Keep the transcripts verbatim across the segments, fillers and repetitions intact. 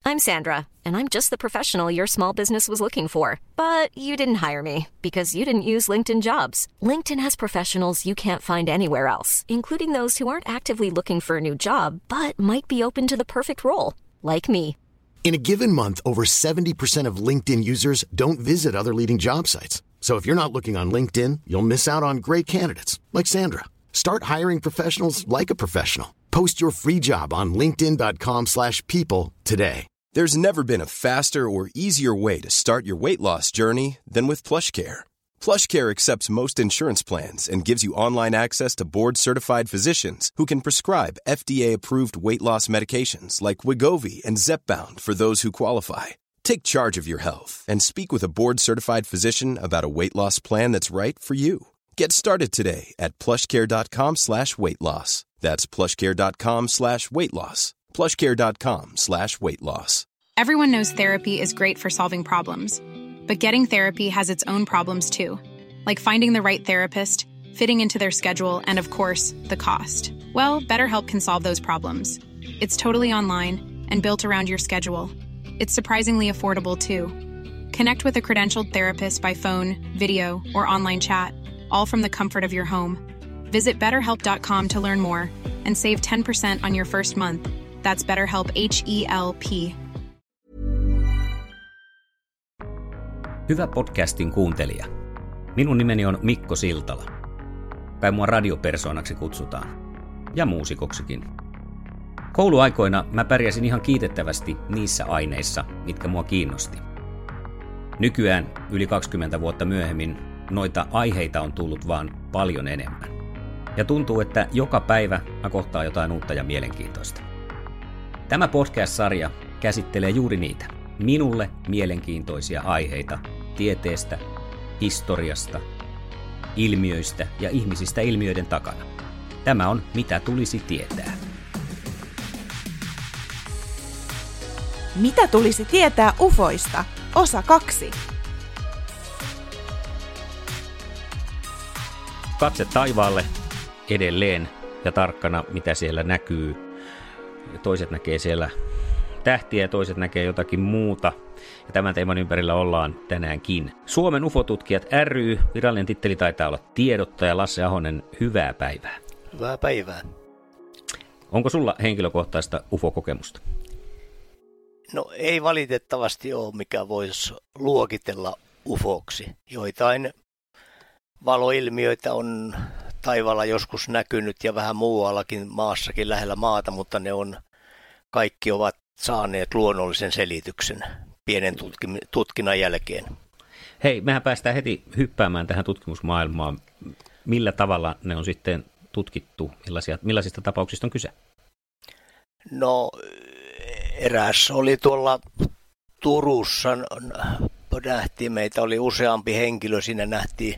I'm Sandra, and I'm just the professional your small business was looking for. But you didn't hire me because you didn't use LinkedIn Jobs. LinkedIn has professionals you can't find anywhere else, including those who aren't actively looking for a new job, but might be open to the perfect role, like me. In a given month, over seventy percent of LinkedIn users don't visit other leading job sites. So if you're not looking on LinkedIn, you'll miss out on great candidates like Sandra. Start hiring professionals like a professional. Post your free job on linkedin dot com slash people today. There's never been a faster or easier way to start your weight loss journey than with PlushCare. PlushCare accepts most insurance plans and gives you online access to board-certified physicians who can prescribe F D A-approved weight loss medications like Wegovy and Zepbound for those who qualify. Take charge of your health and speak with a board-certified physician about a weight loss plan that's right for you. Get started today at plushcare.com slash weight loss. That's plushcare.com slash weight loss. plushcare.com slash weight loss. Everyone knows therapy is great for solving problems, but getting therapy has its own problems too, like finding the right therapist, fitting into their schedule, and of course, the cost. Well, BetterHelp can solve those problems. It's totally online and built around your schedule. It's surprisingly affordable too. Connect with a credentialed therapist by phone, video, or online chat, all from the comfort of your home. Visit better help dot com to learn more and save ten percent on your first month. That's BetterHelp, H E L P. Hyvä podcastin kuuntelija. Minun nimeni on Mikko Siltala. Tai mua radiopersoonaksi kutsutaan. Ja muusikoksikin. Kouluaikoina mä pärjäsin ihan kiitettävästi niissä aineissa, mitkä mua kiinnosti. Nykyään, yli kaksikymmentä vuotta myöhemmin, noita aiheita on tullut vaan paljon enemmän. Ja tuntuu, että joka päivä mä kohtaan jotain uutta ja mielenkiintoista. Tämä podcast-sarja käsittelee juuri niitä, minulle mielenkiintoisia aiheita tieteestä, historiasta, ilmiöistä ja ihmisistä ilmiöiden takana. Tämä on Mitä tulisi tietää. Mitä tulisi tietää ufoista? Osa kaksi. Katse taivaalle edelleen ja tarkkana, mitä siellä näkyy. Toiset näkee siellä tähtiä ja toiset näkee jotakin muuta. Ja tämän teeman ympärillä ollaan tänäänkin. Suomen ufotutkijat ry, virallinen titteli taitaa olla tiedottaja Lasse Ahonen, hyvää päivää. Hyvää päivää. Onko sulla henkilökohtaista ufokokemusta? No ei valitettavasti ole, mikä voisi luokitella ufoksi. Joitain valoilmiöitä on taivaalla joskus näkynyt ja vähän muuallakin maassakin lähellä maata, mutta ne on, kaikki ovat saaneet luonnollisen selityksen pienen tutkim- tutkinnan jälkeen. Hei, mehän päästään heti hyppäämään tähän tutkimusmaailmaan. Millä tavalla ne on sitten tutkittu? Millaisia, millaisista tapauksista on kyse? No eräs oli tuolla Turussa, nähtiin, meitä oli useampi henkilö, siinä nähtiin,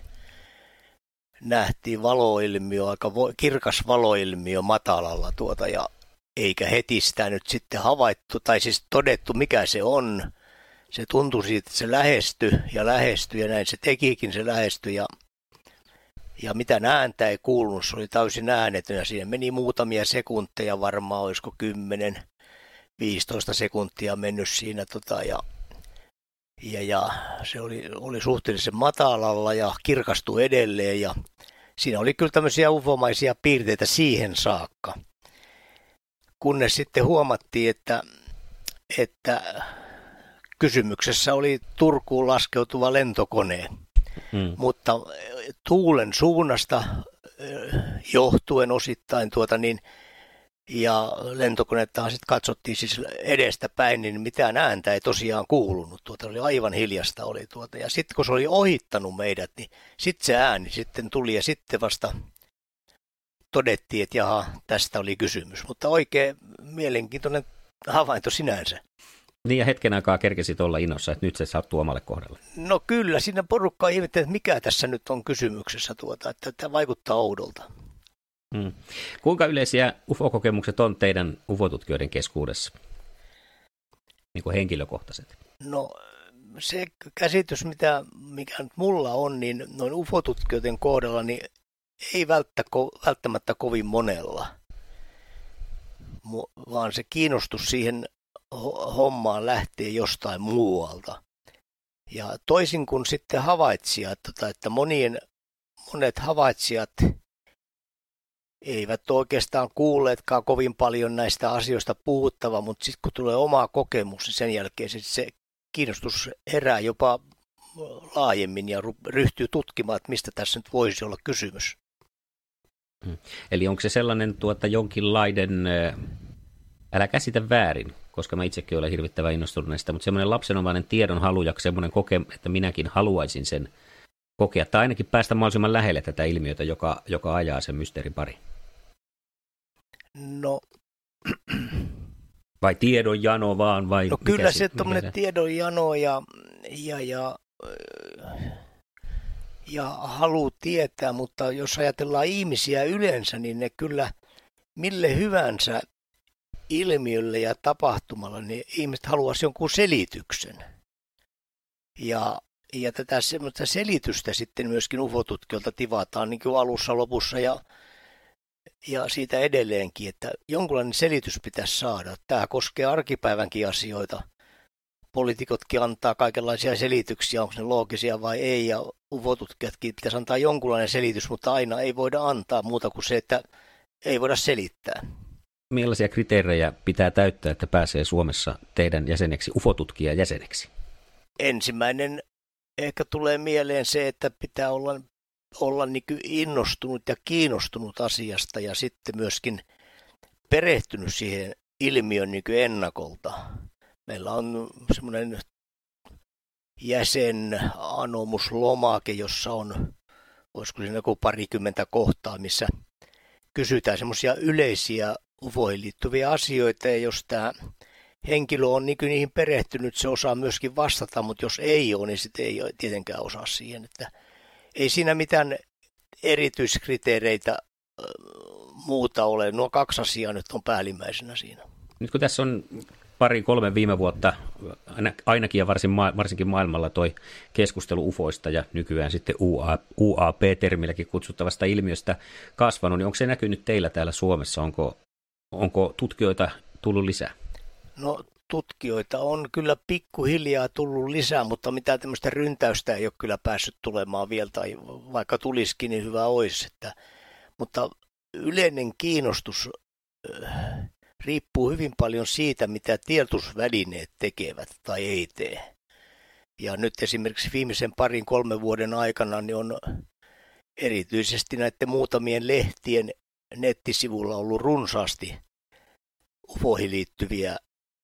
nähtiin valoilmiö, aika vo, kirkas valoilmiö matalalla tuota, ja eikä heti sitä nyt sitten havaittu, tai siis todettu mikä se on. Se tuntui siitä, että se lähestyi ja lähestyi ja näin se tekikin, se lähestyi ja, ja mitään ääntä ei kuulunut, se oli täysin äänetön ja siinä meni muutamia sekunteja, varmaan olisiko kymmenen viisitoista sekuntia mennyt siinä tota, ja, ja, ja se oli, oli suhteellisen matalalla ja kirkastui edelleen ja siinä oli kyllä tämmöisiä ufomaisia piirteitä siihen saakka. Kunnes sitten huomattiin, että, että kysymyksessä oli Turkuun laskeutuva lentokone, hmm. mutta tuulen suunnasta johtuen osittain tuota niin, ja lentokonettahan sitten katsottiin siis edestä päin, niin mitään ääntä ei tosiaan kuulunut. Tuota oli aivan hiljasta oli tuota. Ja sitten kun se oli ohittanut meidät, niin sitten se ääni sitten tuli ja sitten vasta todettiin, että jaha, tästä oli kysymys. Mutta oikein mielenkiintoinen havainto sinänsä. Niin ja hetken aikaa kerkesit olla innossa, että nyt se sattuu omalle kohdalle. No kyllä, siinä porukka ihmetteli, että mikä tässä nyt on kysymyksessä tuota, että tämä vaikuttaa oudolta. Hmm. Kuinka yleisiä ufokokemukset on teidän ufotutkijoiden keskuudessa? Niin kuin henkilökohtaiset. No se käsitys, mitä, mikä nyt mulla on, niin noin ufotutkijoiden kohdalla, niin ei välttämättä kovin monella, vaan se kiinnostus siihen hommaan lähtee jostain muualta. Ja toisin kuin sitten havaitsijat, että monien, monet havaitsijat eivät oikeastaan kuulleetkaan kovin paljon näistä asioista puhuttava, mutta sitten kun tulee oma kokemus, niin sen jälkeen se, se kiinnostus herää jopa laajemmin ja ryhtyy tutkimaan, että mistä tässä nyt voisi olla kysymys. Hmm. Eli onko se sellainen tuota, jonkinlainen, älä käsitä väärin, koska mä itsekin olen hirvittävän innostunut näistä, mutta semmoinen lapsenomainen tiedonhalu ja semmoinen koke, että minäkin haluaisin sen kokea, tai ainakin päästä mahdollisimman lähelle tätä ilmiötä, joka, joka ajaa sen mysteerin pari. No, vai tiedonjano vaan? Vai no kyllä se tuommoinen tiedonjano ja, ja, ja, ja halu tietää, mutta jos ajatellaan ihmisiä yleensä, niin ne kyllä mille hyvänsä ilmiölle ja tapahtumalle, niin ihmiset haluaisi jonkun selityksen. Ja, ja tätä semmoista selitystä sitten myöskin U F O-tutkijoilta tivataan niin kuin alussa, lopussa ja Ja siitä edelleenkin, että jonkunlainen selitys pitäisi saada. Tämä koskee arkipäivänkin asioita. Poliitikotkin antaa kaikenlaisia selityksiä, onko ne loogisia vai ei, ja U F O-tutkijatkin pitäisi antaa jonkunlainen selitys, mutta aina ei voida antaa muuta kuin se, että ei voida selittää. Millaisia kriteerejä pitää täyttää, että pääsee Suomessa teidän jäseneksi, U F O-tutkijan jäseneksi? Ensimmäinen ehkä tulee mieleen se, että pitää olla... olla niin kuin innostunut ja kiinnostunut asiasta ja sitten myöskin perehtynyt siihen ilmiön niin kuin ennakolta. Meillä on semmoinen jäsenanomuslomake, jossa on, olisiko siinä joku parikymmentä kohtaa, missä kysytään semmoisia yleisiä U F Oihin liittyviä asioita, ja jos tämä henkilö on niin kuin niihin perehtynyt, se osaa myöskin vastata, mutta jos ei ole, niin sitten ei tietenkään osaa siihen, että ei siinä mitään erityiskriteereitä muuta ole. Nuo kaksi asiaa nyt on päällimmäisenä siinä. Nyt kun tässä on pari, kolme viime vuotta, ainakin ja varsin, varsinkin maailmalla toi keskustelu U F Oista ja nykyään sitten U A P-termilläkin kutsuttavasta ilmiöstä kasvanut, niin onko se näkynyt teillä täällä Suomessa? Onko, onko tutkijoita tullut lisää? No tutkijoita on kyllä pikkuhiljaa tullut lisää, mutta mitään tämmöistä ryntäystä ei ole kyllä päässyt tulemaan vielä, tai vaikka tulisikin, niin hyvä olisi. Että, mutta yleinen kiinnostus äh, riippuu hyvin paljon siitä, mitä tiedotusvälineet tekevät tai ei tee. Ja nyt esimerkiksi viimeisen parin kolmen vuoden aikana niin on erityisesti näiden muutamien lehtien nettisivulla ollut runsaasti U F Oihin liittyviä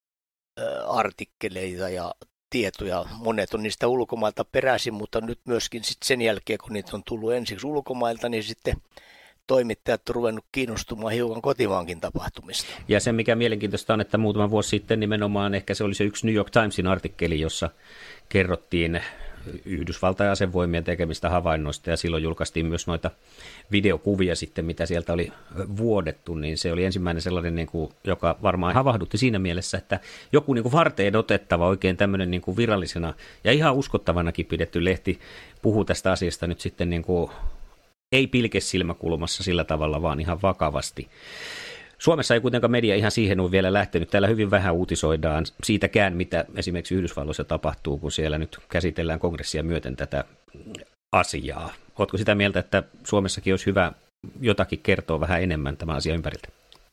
artikkeleita ja tietoja. Monet on niistä ulkomailta peräisin, mutta nyt myöskin sit sen jälkeen, kun niitä on tullut ensiksi ulkomailta, niin sitten toimittajat on ruvennut kiinnostumaan hiukan kotimaankin tapahtumista. Ja se, mikä mielenkiintoista on, että muutama vuosi sitten nimenomaan ehkä se oli se yksi New York Timesin artikkeli, jossa kerrottiin Yhdysvaltain asevoimien tekemistä havainnoista, ja silloin julkaistiin myös noita videokuvia sitten, mitä sieltä oli vuodettu, niin se oli ensimmäinen sellainen, niin kuin, joka varmaan havahdutti siinä mielessä, että joku niin kuin varteen otettava, oikein tämmöinen niin kuin virallisena ja ihan uskottavanakin pidetty lehti puhuu tästä asiasta nyt sitten niin kuin, ei pilkesilmäkulmassa sillä tavalla, vaan ihan vakavasti. Suomessa ei kuitenkaan media ihan siihen ole vielä lähtenyt. Täällä hyvin vähän uutisoidaan siitäkään, mitä esimerkiksi Yhdysvalloissa tapahtuu, kun siellä nyt käsitellään kongressia myöten tätä asiaa. Oletko sitä mieltä, että Suomessakin olisi hyvä jotakin kertoa vähän enemmän tämän asian ympäriltä?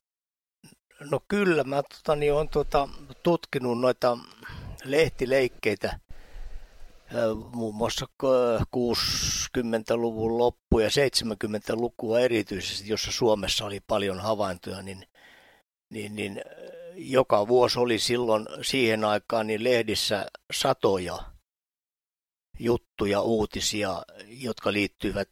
No kyllä, mä totani, olen tuota, tutkinut noita lehtileikkeitä muun muassa kuusikymmentäluvun loppu ja seitsemänkymmentälukua erityisesti, jossa Suomessa oli paljon havaintoja, niin, niin, niin joka vuosi oli silloin siihen aikaan niin lehdissä satoja juttuja, uutisia, jotka liittyvät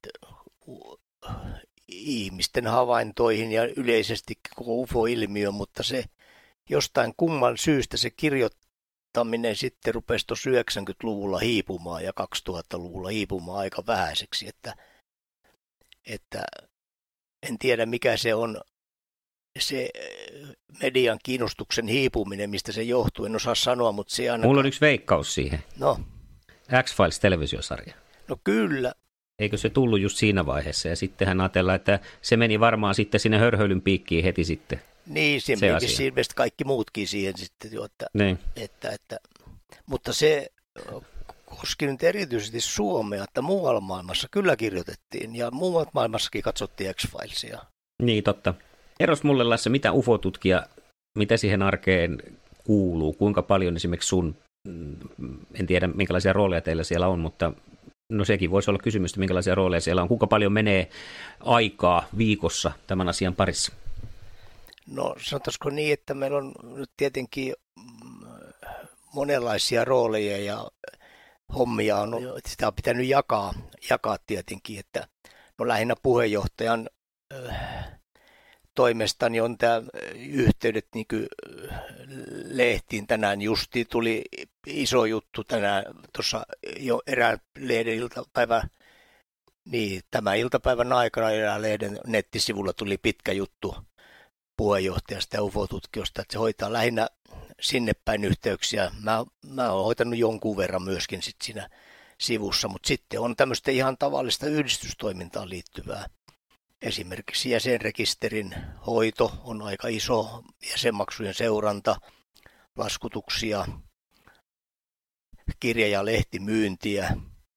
ihmisten havaintoihin ja yleisesti koko U F O-ilmiöön, mutta se jostain kumman syystä se kirjoittaminen sitten rupesi tuossa yhdeksänkymmentäluvulla hiipumaan ja kaksituhattaluvulla hiipumaan aika vähäiseksi, että, että en tiedä mikä se on se median kiinnostuksen hiipuminen, mistä se johtuu, en osaa sanoa, mutta se ainakaan... Mulla on yksi veikkaus siihen. No. X-Files-televisiosarja. No kyllä. Eikö se tullut just siinä vaiheessa, ja sittenhän ajatellaan, että se meni varmaan sitten sinne hörhöilyn piikkiin heti sitten. Niin, se meni ilmeisesti kaikki muutkin siihen sitten, että, niin. että, että, mutta se koski nyt erityisesti Suomea, että muualla maailmassa kyllä kirjoitettiin ja muualla maailmassakin katsottiin X-Filesia. Niin, totta. Eros mulle, Lasse, mitä U F O-tutkija, mitä siihen arkeen kuuluu, kuinka paljon esimerkiksi sun, en tiedä minkälaisia rooleja teillä siellä on, mutta no sekin voisi olla kysymys, minkälaisia rooleja siellä on, kuinka paljon menee aikaa viikossa tämän asian parissa? No sanotaanko niin, että meillä on nyt tietenkin monenlaisia rooleja ja hommia on, sitä on pitänyt jakaa, jakaa tietenkin, että no lähinnä puheenjohtajan äh, toimesta niin on tämä yhteydet niin kuin lehtiin tänään justi tuli iso juttu tänään tuossa jo erään lehden iltapäivä, niin tämän iltapäivän aikana erään lehden nettisivulla tuli pitkä juttu puheenjohtajasta ja U F O-tutkijosta, että se hoitaa lähinnä sinne päin yhteyksiä. Mä, mä oon hoitanut jonkun verran myöskin sit siinä sivussa, mutta sitten on tämmöistä ihan tavallista yhdistystoimintaan liittyvää. Esimerkiksi jäsenrekisterin hoito on aika iso, jäsenmaksujen seuranta, laskutuksia, kirja- ja lehtimyyntiä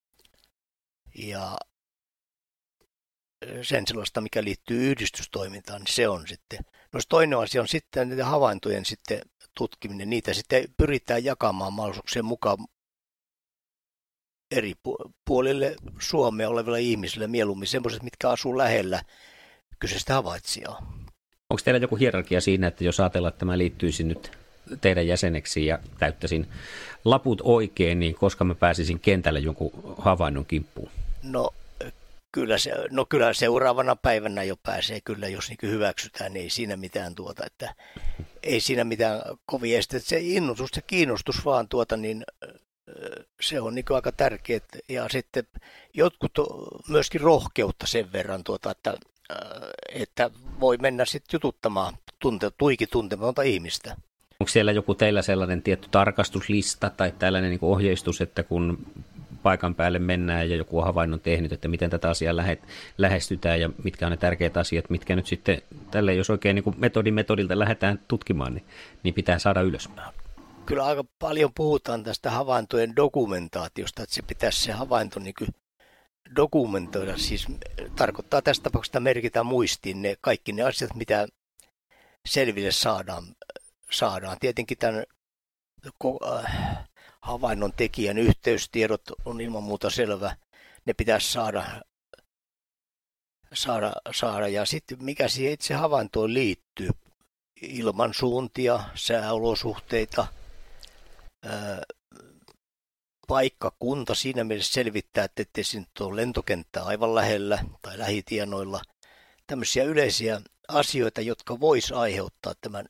ja sen sellaista, mikä liittyy yhdistystoimintaan, niin se on sitten. No toinen asia on sitten niitä havaintojen sitten tutkiminen. Niitä sitten pyritään jakamaan mahdollisuuksien mukaan eri puolille Suomea oleville ihmisille, mieluummin semmoiset, mitkä asuu lähellä kyseistä havaitsijaa. Onko teillä joku hierarkia siinä, että jos ajatellaan, että tämä liittyisi nyt teidän jäseneksi ja täyttäisin laput oikein, niin koska mä pääsisin kentälle jonkun havainnon kimppuun? No kyllä, se, no kyllä seuraavana päivänä jo pääsee kyllä, jos niin hyväksytään, niin ei siinä mitään tuota, että ei siinä mitään kovin estetä. Se innostus ja kiinnostus vaan tuota, niin se on niin aika tärkeää. Ja sitten jotkut myöskin rohkeutta sen verran, tuota, että, että voi mennä sitten jututtamaan tunte, tuiki tuntematonta ihmistä. Onko siellä joku teillä sellainen tietty tarkastuslista tai tällainen niin kuin ohjeistus, että kun paikan päälle mennään ja joku on havainnon tehnyt, että miten tätä asiaa lähe, lähestytään ja mitkä on ne tärkeät asiat, mitkä nyt sitten tälle, jos oikein niin kuin metodin metodilta lähdetään tutkimaan, niin, niin pitää saada ylös. Kyllä aika paljon puhutaan tästä havaintojen dokumentaatiosta, että se pitäisi se havainto niin kuin dokumentoida. Siis tarkoittaa tässä tapauksessa, että merkitään muistiin ne kaikki ne asiat, mitä selville saadaan. saadaan. Tietenkin tämän havainnon tekijän yhteystiedot on ilman muuta selvä. Ne pitäisi saada, saada, saada. Ja sitten mikä siihen itse havaintoon liittyy, ilmansuuntia, sääolosuhteita, ää, paikkakunta siinä mielessä selvittää, että ettei siinä ole lentokenttää aivan lähellä tai lähitienoilla. Tämmöisiä yleisiä asioita, jotka vois aiheuttaa tämän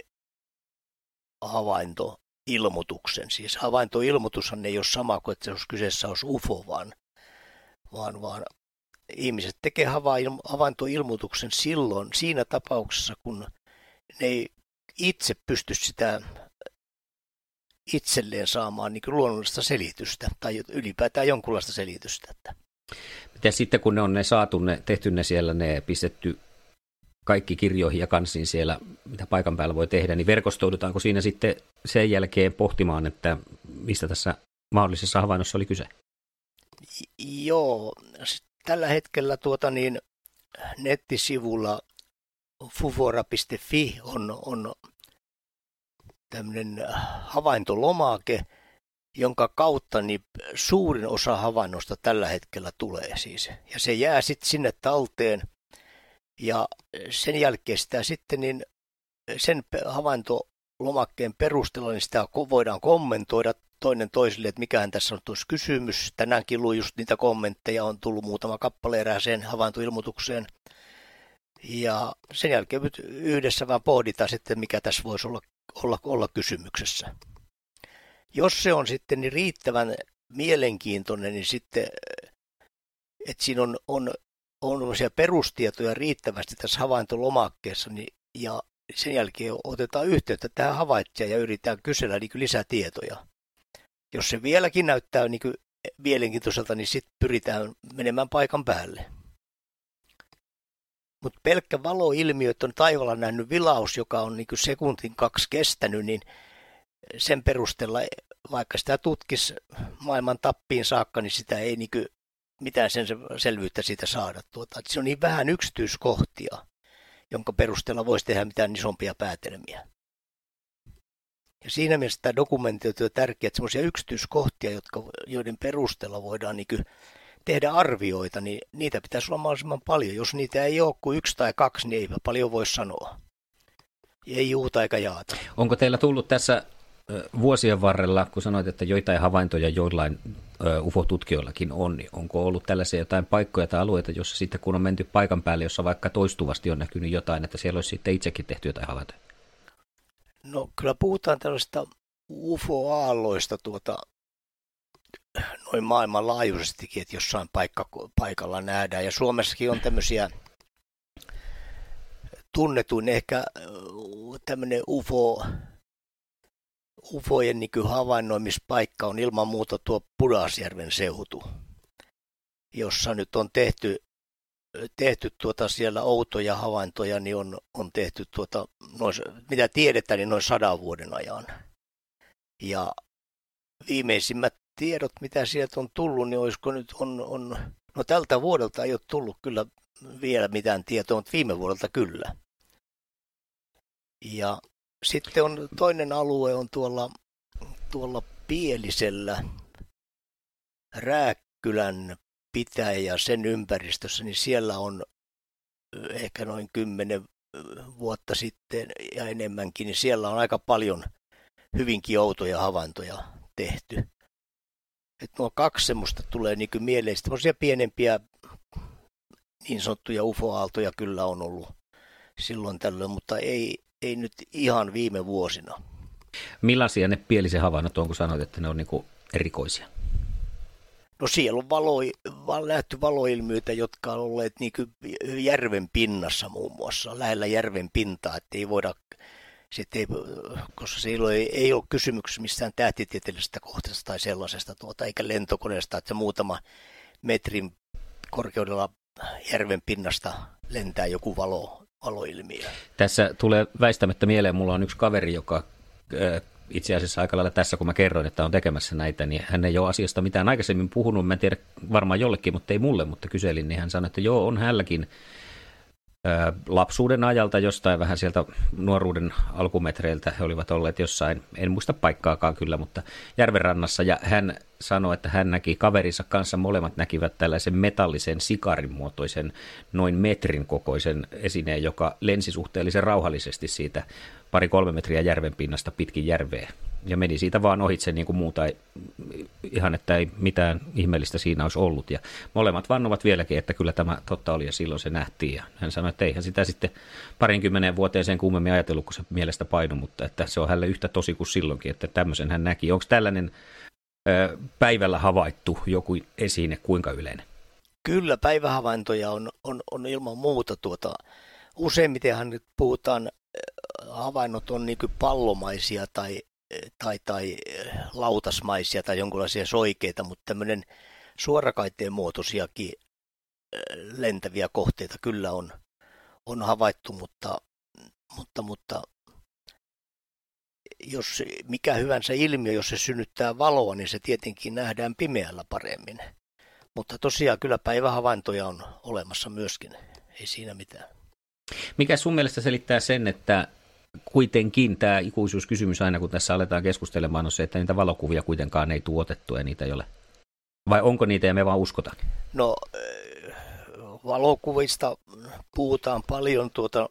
havaintoilmoituksen. Siis havaintoilmoitushan ei ole sama kuin, että se olisi kyseessä olisi U F O, vaan, vaan, vaan ihmiset tekee havaintoilmoituksen silloin siinä tapauksessa, kun ne ei itse pysty sitä itselleen saamaan niin kuin luonnollista selitystä tai ylipäätään jonkunlaista selitystä. Miten sitten, kun ne on ne saatu, ne, tehty ne siellä, ne pistetty kaikki kirjoihin ja kansiin siellä, mitä paikan päällä voi tehdä, niin verkostoudutaanko siinä sitten sen jälkeen pohtimaan, että mistä tässä mahdollisessa havainnossa oli kyse? Joo, tällä hetkellä tuota niin, nettisivulla fufora piste fi on, on tämmöinen havaintolomake, jonka kautta niin suurin osa havainnosta tällä hetkellä tulee siis. Ja se jää sitten sinne talteen. Ja sen jälkeen sitä sitten niin sen havaintolomakkeen perusteella niin sitä voidaan kommentoida toinen toiselle, että mikähän tässä on tuossa kysymys. Tänäänkin luin just niitä kommentteja, on tullut muutama kappale erääseen havaintoilmoitukseen. Ja sen jälkeen yhdessä vaan pohditaan sitten, mikä tässä voisi olla, olla, olla kysymyksessä. Jos se on sitten niin riittävän mielenkiintoinen, niin sitten, että siinä on, on on perustietoja riittävästi tässä havaintolomakkeessa, niin, ja sen jälkeen otetaan yhteyttä tähän havaitsijaan ja yritetään kysellä niin lisätietoja. Jos se vieläkin näyttää niin mielenkiintoiselta, niin sitten pyritään menemään paikan päälle. Mutta pelkkä valoilmiö, että on taivaalla nähnyt vilaus, joka on niin kuin sekuntin kaksi kestänyt, niin sen perusteella, vaikka sitä tutkisi maailman tappiin saakka, niin sitä ei niin kuin mitään sen selvyyttä siitä saada. Tuota, se on niin vähän yksityiskohtia, jonka perusteella voisi tehdä mitään isompia päätelmiä. Ja siinä mielessä tämä dokumentointi on tärkeää, että sellaisia yksityiskohtia, jotka, joiden perusteella voidaan niin kuin tehdä arvioita, niin niitä pitäisi olla mahdollisimman paljon. Jos niitä ei ole kuin yksi tai kaksi, niin eipä paljon voi sanoa. Ei juuta eikä jaata. Onko teillä tullut tässä vuosien varrella, kun sanoit, että joitain havaintoja joillain U F O-tutkijoillakin on, niin onko ollut tällaisia jotain paikkoja tai alueita, jossa sitten kun on menty paikan päälle, jossa vaikka toistuvasti on näkynyt jotain, että siellä olisi sitten itsekin tehty jotain havaintoja? No kyllä puhutaan tällaista U F O-aalloista tuota, noin maailmanlaajuisestikin, että jossain paikka, paikalla nähdään. Ja Suomessakin on tämmöisiä tunnetuin ehkä tämmöinen U F O, U F Ojen niin kuin havainnoimispaikka on ilman muuta tuo Pudasjärven seutu, jossa nyt on tehty, tehty tuota siellä outoja havaintoja, niin on, on tehty tuota, noin, mitä tiedetään, niin noin sadan vuoden ajan. Ja viimeisimmät tiedot, mitä sieltä on tullut, niin olisiko nyt on, on no tältä vuodelta ei ole tullut kyllä vielä mitään tietoa, mutta viime vuodelta kyllä. Ja sitten on toinen alue on tuolla, tuolla Pielisellä, Rääkkylän pitäjä ja sen ympäristössä, niin siellä on ehkä noin kymmenen vuotta sitten ja enemmänkin, niin siellä on aika paljon hyvinkin outoja havaintoja tehty. Että nuo kaksi semmoista tulee niin kuin mieleen, semmoisia pienempiä niin sanottuja U F O-aaltoja kyllä on ollut silloin tällöin, mutta ei, ei nyt ihan viime vuosina. Millaisia ne Pielisen havainnot on, kun sanoit, että ne on niin kuin erikoisia? No siellä on valo, nähty valoilmiöitä, jotka on olleet niin kuin järven pinnassa muun muassa, lähellä järven pintaa, että ei voida, ei, koska siellä ei, ei ole kysymyksessä mistään tähtitieteellisestä kohteesta tai sellaisesta, tuota, eikä lentokoneesta, että se muutama metrin korkeudella järven pinnasta lentää joku valo, valoilmiö. Tässä tulee väistämättä mieleen, mulla on yksi kaveri, joka itse asiassa aika lailla tässä, kun mä kerroin, että on tekemässä näitä, niin hän ei ole asiasta mitään aikaisemmin puhunut, mä en tiedä varmaan jollekin, mutta ei mulle, mutta kyselin, niin hän sanoi, että joo, on hänelläkin ää, lapsuuden ajalta jostain vähän sieltä nuoruuden alkumetreiltä, he olivat olleet jossain, en muista paikkaakaan kyllä, mutta järvenrannassa, ja hän sanoi, että hän näki kaverinsa kanssa, molemmat näkivät tällaisen metallisen sikarin muotoisen, noin metrin kokoisen esineen, joka lensi suhteellisen rauhallisesti siitä pari-kolme metriä järven pinnasta pitkin järveä. Ja meni siitä vaan ohitse niin kuin muuta, ihan että ei mitään ihmeellistä siinä olisi ollut. Ja molemmat vannovat vieläkin, että kyllä tämä totta oli ja silloin se nähtiin. Ja hän sanoi, että eihän sitä sitten parinkymmeneen vuoteen sen kummemmin ajatellut, kun se mielestä painoi, mutta että se on hänelle yhtä tosi kuin silloinkin, että tämmöisen hän näki. Onko tällainen ö, päivällä havaittu joku esine kuinka yleinen? Kyllä päivähavaintoja on, on, on ilman muuta. Tuota, useimmitenhan nyt puhutaan, havainnot on niin kuin pallomaisia tai, tai, tai lautasmaisia tai jonkinlaisia soikeita, mutta tämmöinen suorakaiteen muotoisiakin lentäviä kohteita kyllä on, on havaittu, mutta, mutta, mutta jos mikä hyvänsä ilmiö, jos se synnyttää valoa, niin se tietenkin nähdään pimeällä paremmin. Mutta tosiaan kyllä päivähavaintoja on olemassa myöskin, ei siinä mitään. Mikä sun mielestä selittää sen, että kuitenkin tämä ikuisuuskysymys aina, kun tässä aletaan keskustelemaan, on se, että niitä valokuvia kuitenkaan ei tuotettu ja niitä ei ole? Vai onko niitä ja me vaan uskotaan? No valokuvista puhutaan paljon tuota,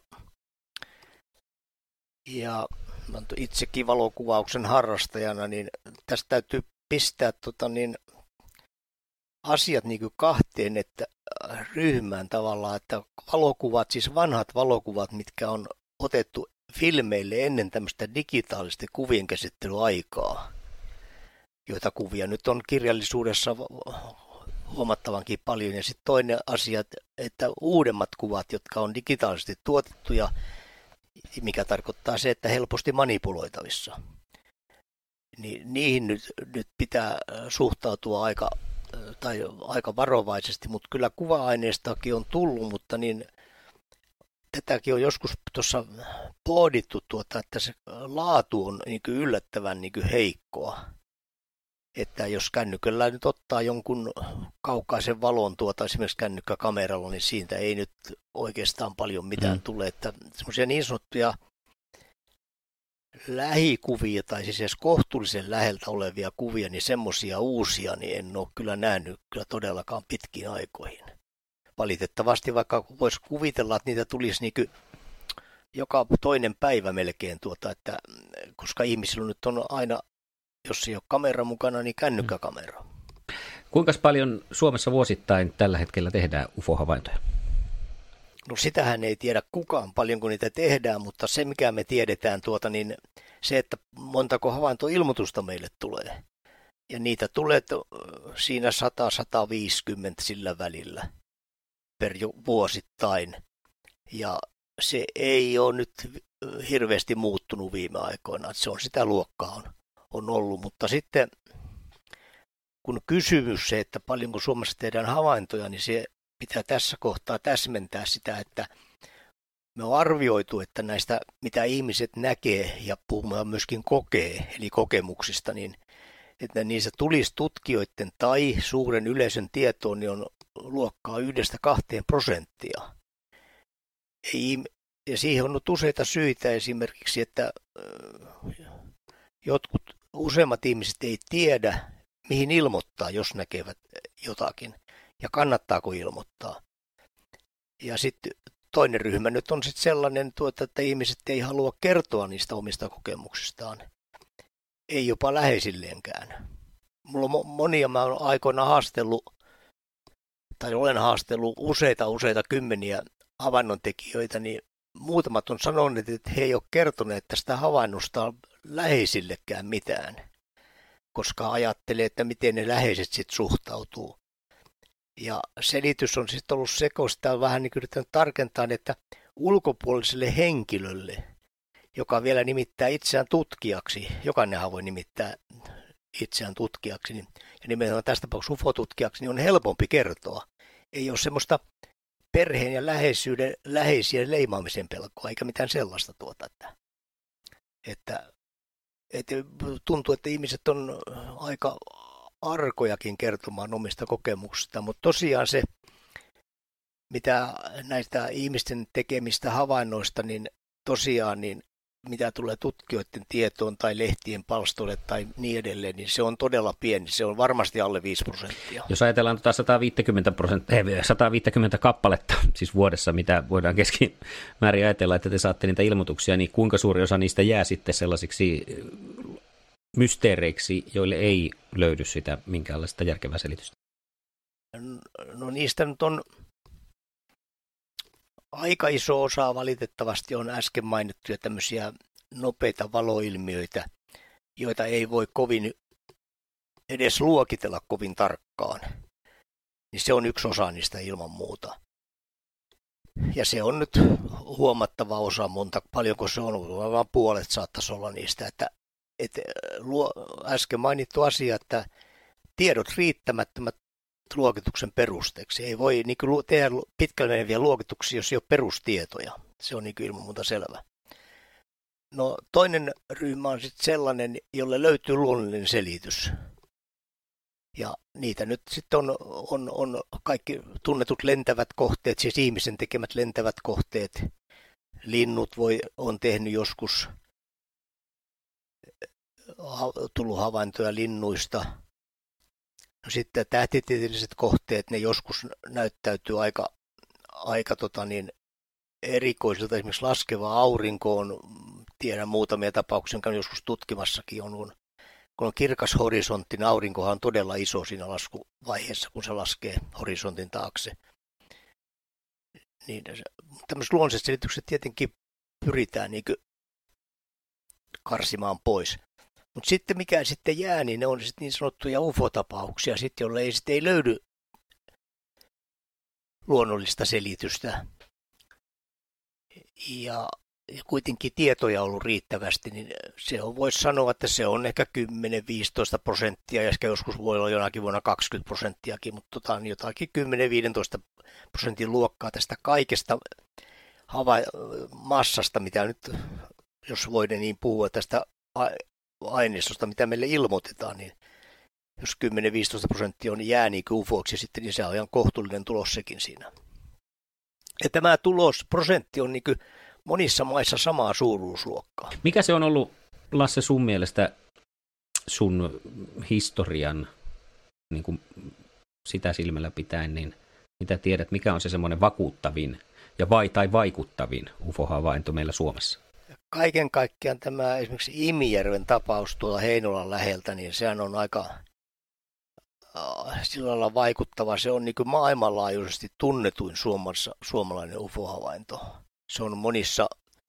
ja itsekin valokuvauksen harrastajana, niin tästä täytyy pistää tota, niin, asiat niin kuin kahteen että ryhmään tavallaan, että valokuvat, siis vanhat valokuvat, mitkä on otettu filmeille ennen tämmöistä digitaalista kuvien käsittelyaikaa, joita kuvia nyt on kirjallisuudessa huomattavankin paljon. Ja sitten toinen asia, että uudemmat kuvat, jotka on digitaalisesti tuotettuja, mikä tarkoittaa se, että helposti manipuloitavissa, niin niihin nyt, nyt pitää suhtautua aika, tai aika varovaisesti, mutta kyllä kuva-aineistakin on tullut, mutta niin tätäkin on joskus tuossa pohdittu, tuota, että se laatu on niin kuin yllättävän niin kuin heikkoa. Että jos kännykällä nyt ottaa jonkun kaukaisen valon tuota esimerkiksi kännykkäkameralla, niin siitä ei nyt oikeastaan paljon mitään mm. tule. Että semmoisia niin sanottuja lähikuvia tai siis edes kohtuullisen läheltä olevia kuvia, niin semmoisia uusia, niin en ole kyllä nähnyt kyllä todellakaan pitkiin aikoihin. Valitettavasti vaikka voisi kuvitella, että niitä tulisi niin kuin joka toinen päivä melkein, tuota, että, koska ihmisillä nyt on aina, jos ei ole kamera mukana, niin kännykkäkamera. Kuinka paljon Suomessa vuosittain tällä hetkellä tehdään U F O-havaintoja? No sitähän ei tiedä kukaan paljonko niitä tehdään, mutta se mikä me tiedetään, tuota, niin se, että montako havaintoilmoitusta meille tulee. Ja niitä tulee siinä sata sata viisikymmentä sillä välillä per vuosittain. Ja se ei ole nyt hirveästi muuttunut viime aikoina, että se on sitä luokkaa on, on ollut. Mutta sitten kun kysymys se, että paljonko Suomessa tehdään havaintoja, niin se pitää tässä kohtaa täsmentää sitä, että me on arvioitu, että näistä mitä ihmiset näkee ja puhumaan myöskin kokee, eli kokemuksista, niin että niissä tulisi tutkijoiden tai suuren yleisön tietoon, niin on luokkaa yhdestä kahteen prosenttia. Ei, ja siihen on nyt useita syitä, esimerkiksi, että jotkut useimmat ihmiset ei tiedä, mihin ilmoittaa, jos näkevät jotakin, ja kannattaako ilmoittaa. Ja sitten toinen ryhmä nyt on sitten sellainen, tuota, että ihmiset ei halua kertoa niistä omista kokemuksistaan, ei jopa läheisilleenkään. Mulla on monia, mä olen aikoina haastellut, tai olen haastellut useita, useita kymmeniä havainnontekijöitä, niin muutamat on sanoneet, että he ei ole kertoneet tästä havainnosta läheisillekään mitään, koska ajattelee, että miten ne läheiset sitten suhtautuu. Ja selitys on sitten ollut sekoista, vähän niin kuin yrittänyt tarkentaa, että ulkopuoliselle henkilölle, joka vielä nimittää itseään tutkijaksi, jokainenhan voi nimittää itseään tutkijaksi, niin, ja nimenomaan tästä tapauksessa U F O-tutkijaksi, niin on helpompi kertoa. Ei ole semmoista perheen ja läheisyyden, läheisien leimaamisen pelkoa, eikä mitään sellaista tuota, että, että, että tuntuu, että ihmiset on aika arkojakin kertomaan omista kokemuksista, mutta tosiaan se, mitä näistä ihmisten tekemistä havainnoista, niin tosiaan, niin mitä tulee tutkijoiden tietoon tai lehtien palstoille tai niin edelleen, niin se on todella pieni. Se on varmasti alle viisi prosenttia. Jos ajatellaan tuota sata viisikymmentä, sata viisikymmentä kappaletta siis vuodessa, mitä voidaan keskimäärin ajatella, että te saatte niitä ilmoituksia, niin kuinka suuri osa niistä jää sitten sellaisiksi mysteereiksi, joille ei löydy sitä minkäänlaista järkevää selitystä? No niistä nyt on aika iso osa valitettavasti on äsken mainittuja tämmöisiä nopeita valoilmiöitä, joita ei voi kovin edes luokitella kovin tarkkaan. Niin se on yksi osa niistä ilman muuta. Ja se on nyt huomattava osa, monta, paljonko se on, vaan puolet saattaisi olla niistä. Että, että luo, äsken mainittu asia, että tiedot riittämättömät luokituksen perusteeksi. Ei voi niin kuin, tehdä pitkälle meneviä luokituksia, jos ei ole perustietoja. Se on niin kuin, ilman muuta selvä. No, toinen ryhmä on sitten sellainen, jolle löytyy luonnollinen selitys. Ja niitä nyt sitten on, on, on kaikki tunnetut lentävät kohteet, siis ihmisen tekemät lentävät kohteet. Linnut voi, on tehnyt joskus tullut havaintoja linnuista. No sitten tähtitieteelliset kohteet, ne joskus näyttäytyy aika, aika tota niin, erikoisilta. Esimerkiksi laskeva aurinko on, tiedän muutamia tapauksia, jonka joskus tutkimassakin on, kun on kirkas horisontti, niin aurinkohan on todella iso siinä laskuvaiheessa, kun se laskee horisontin taakse. Niin, tämmöiset luonnolliset selitykset tietenkin pyritään niin kuin karsimaan pois. Mutta sitten mikä sitten jää, niin ne on sitten niin sanottuja U F O-tapauksia, sitten, jolle ei, sitten ei löydy luonnollista selitystä. Ja, ja kuitenkin tietoja on ollut riittävästi, niin se on, voisi sanoa, että se on ehkä kymmenen viisitoista prosenttia, ja ehkä joskus voi olla jonakin vuonna kaksikymmentä prosenttiakin, mutta tota, jotakin kymmenen viisitoista prosentin luokkaa tästä kaikesta hava- massasta, mitä nyt, jos voidaan niin puhua tästä aineistosta, mitä meille ilmoitetaan, niin jos kymmenen viisitoista prosenttia on jää niin kuin ufoiksi sitten, niin se on ihan kohtuullinen tulos sekin siinä. Ja tämä tulos, prosentti on niin kuin monissa maissa samaa suuruusluokkaa. Mikä se on ollut, Lasse, sun mielestä sun historian niin kuin sitä silmällä pitäen, niin mitä tiedät, mikä on se semmoinen vakuuttavin ja vai, tai vaikuttavin U F O-havainto meillä Suomessa? Kaiken kaikkiaan tämä esimerkiksi Imijärven tapaus tuolla Heinolan läheltä, niin sehän on aika äh, sillä lailla vaikuttava. Se on niin kuin maailmanlaajuisesti tunnetuin suomassa, suomalainen U F O-havainto. Se on monissa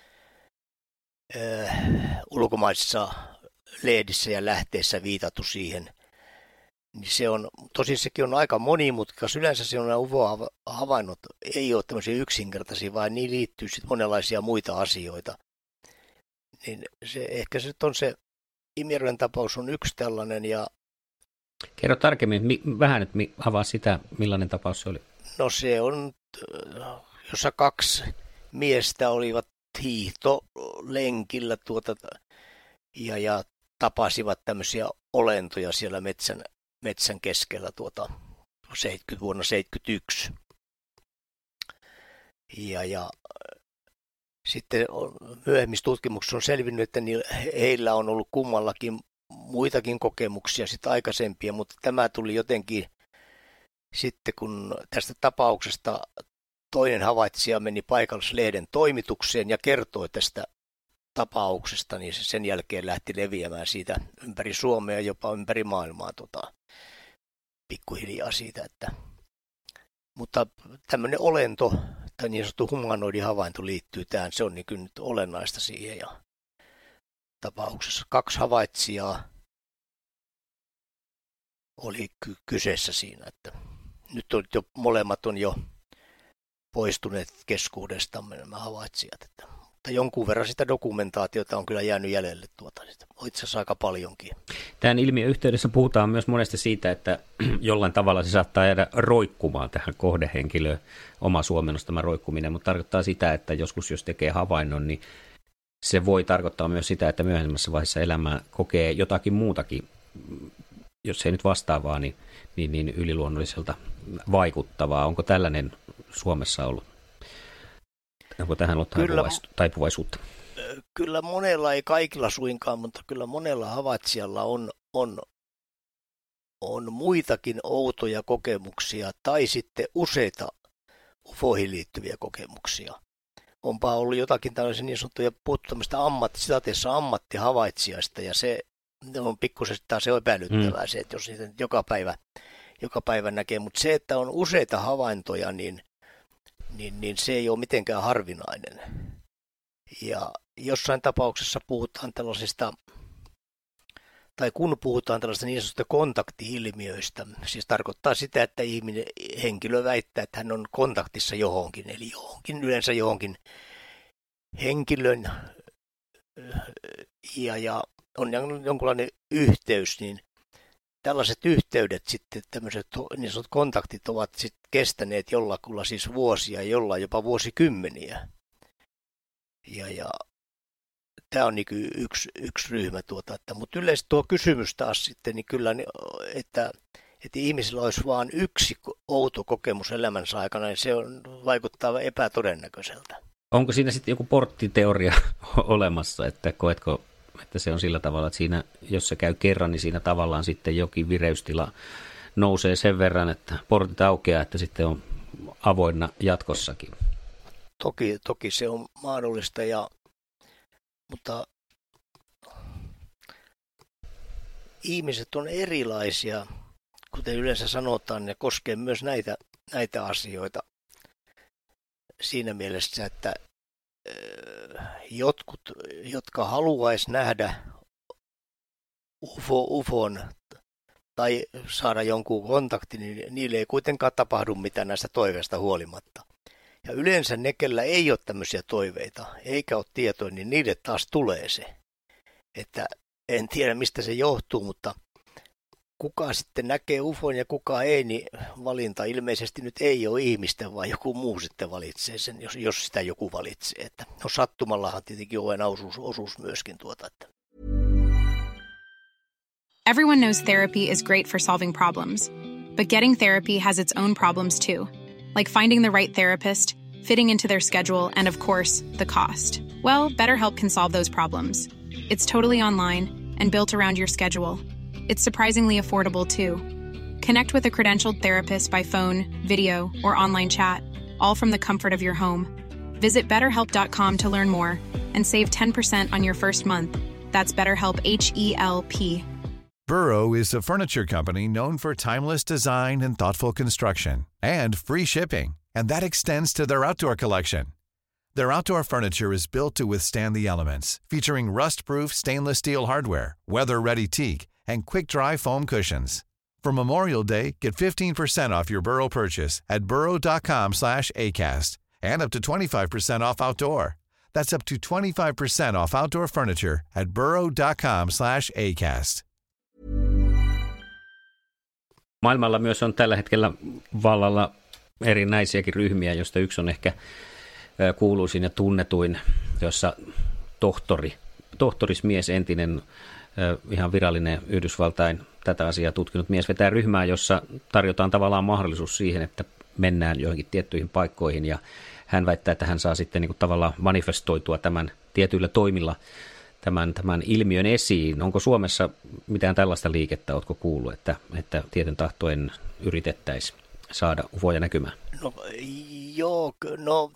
äh, ulkomaisissa lehdissä ja lähteissä viitattu siihen. Niin se on, tosin sekin on aika monimutkikas. Yleensä se on U F O-havainnot ei ole tämmöisiä yksinkertaisia, vaan niihin liittyy sitten monenlaisia muita asioita. Niin se, ehkä se on se Imijärven tapaus on yksi tällainen. Ja kerro tarkemmin, mi, vähän nyt avaa sitä, millainen tapaus se oli. No se on, jossa kaksi miestä olivat hiihtolenkillä tuota, ja, ja tapasivat tämmöisiä olentoja siellä metsän, metsän keskellä tuota, seitsemänkymmentä, vuonna seitsemänkymmentäyksi. Ja, ja sitten myöhemmissä tutkimuksissa on selvinnyt, että heillä on ollut kummallakin muitakin kokemuksia sitten aikaisempia, mutta tämä tuli jotenkin sitten, kun tästä tapauksesta toinen havaitsija meni paikallislehden toimitukseen ja kertoi tästä tapauksesta, niin se sen jälkeen lähti leviämään siitä ympäri Suomea ja jopa ympäri maailmaa tota, pikkuhiljaa siitä. Että, mutta tämmöinen olento tai niin sanottu humanoidin havainto liittyy tähän, se on niin kyllä nyt olennaista siihen. Ja tapauksessa kaksi havaitsijaa oli ky- kyseessä siinä, että nyt on jo, molemmat on jo poistuneet keskuudestamme nämä havaitsijat. Että, mutta jonkun verran sitä dokumentaatiota on kyllä jäänyt jäljelle tuota, itse asiassa aika paljonkin. Tämän ilmiön yhteydessä puhutaan myös monesti siitä, että jollain tavalla se saattaa jäädä roikkumaan tähän kohdehenkilöön, oma suomennos tämä roikkuminen, mutta tarkoittaa sitä, että joskus jos tekee havainnon, niin se voi tarkoittaa myös sitä, että myöhemmässä vaiheessa elämää kokee jotakin muutakin, jos ei nyt vastaavaa, niin, niin, niin yliluonnolliselta vaikuttavaa. Onko tällainen Suomessa ollut? Onko tähän ollut taipuvaisuutta? Kyllä monella, ei kaikilla suinkaan, mutta kyllä monella havaitsijalla on, on, on muitakin outoja kokemuksia tai sitten useita U F Oihin liittyviä kokemuksia. Onpa ollut jotakin tällaisia niin sanottuja puhuttu tämmöistä ammatti, sitateessa ammattihavaitsijaista ja se on pikkusen taas epäilyttävää mm. se, että jos niitä joka päivä, joka päivä näkee, mutta se, että on useita havaintoja, niin Niin, niin se ei ole mitenkään harvinainen. Ja jossain tapauksessa puhutaan tällaisista, tai kun puhutaan tällaisista niin sanotusta kontakti-ilmiöistä, siis tarkoittaa sitä, että ihminen, henkilö väittää, että hän on kontaktissa johonkin, eli johonkin, yleensä johonkin henkilön, ja, ja on jonkinlainen yhteys, niin tällaiset yhteydet sitten, tämmöiset niin sanotut kontaktit ovat sitten kestäneet jollakulla siis vuosia, jollain jopa vuosikymmeniä. Ja, ja tämä on niin yksi, yksi ryhmä tuota, että, mutta yleensä tuo kysymys taas sitten, niin kyllä, että, että ihmisillä olisi vain yksi outo kokemus elämänsä aikana, niin se on, vaikuttaa epätodennäköiseltä. Onko siinä sitten joku porttiteoria olemassa, että koetko, että se on sillä tavalla, että siinä, jos se käy kerran, niin siinä tavallaan sitten jokin vireystila nousee sen verran, että portit aukeaa, että sitten on avoinna jatkossakin. Toki, toki se on mahdollista, ja, mutta ihmiset on erilaisia, kuten yleensä sanotaan, ne koskee myös näitä, näitä asioita siinä mielessä, että jotkut, jotka haluaisi nähdä U F O, U F O:n tai saada jonkun kontaktin, niin niille ei kuitenkaan tapahdu mitään näistä toiveista huolimatta. Ja yleensä ne, kellä ei ole tämmöisiä toiveita, eikä ole tietoa, niin niille taas tulee se. Että en tiedä, mistä se johtuu, mutta kuka sitten näkee ufon ja kuka ei, niin valinta ilmeisesti nyt ei ole ihmisten, vaan joku muu sitten valitsee sen, jos, jos sitä joku valitsee. Että, no sattumallahan tietenkin on osuus, osuus myöskin tuota. Että. Everyone knows therapy is great for solving problems, but getting therapy has its own problems too, like finding the right therapist, fitting into their schedule, and of course, the cost. Well, BetterHelp can solve those problems. It's totally online and built around your schedule. It's surprisingly affordable too. Connect with a credentialed therapist by phone, video, or online chat, all from the comfort of your home. Visit better help dot com to learn more and save ten percent on your first month. That's BetterHelp, H E L P. Burrow is a furniture company known for timeless design and thoughtful construction, and free shipping, and that extends to their outdoor collection. Their outdoor furniture is built to withstand the elements, featuring rust-proof stainless steel hardware, weather-ready teak, and quick-dry foam cushions. For Memorial Day, get fifteen percent off your Burrow purchase at burrow dot com slash acast, and up to twenty-five percent off outdoor. That's up to twenty-five percent off outdoor furniture at burrow dot com slash acast. Maailmalla myös on tällä hetkellä vallalla erinäisiäkin ryhmiä, joista yksi on ehkä kuuluisin ja tunnetuin, jossa tohtori, tohtorismies, entinen ihan virallinen Yhdysvaltain tätä asiaa tutkinut mies vetää ryhmää, jossa tarjotaan tavallaan mahdollisuus siihen, että mennään joihinkin tiettyihin paikkoihin, ja hän väittää, että hän saa sitten niin kuin tavallaan manifestoitua tämän tietyillä toimilla tämän, tämän ilmiön esiin. Onko Suomessa mitään tällaista liikettä, oletko kuullut, että, että tieten tahtoen yritettäisiin saada ufoja näkymään? No joo, no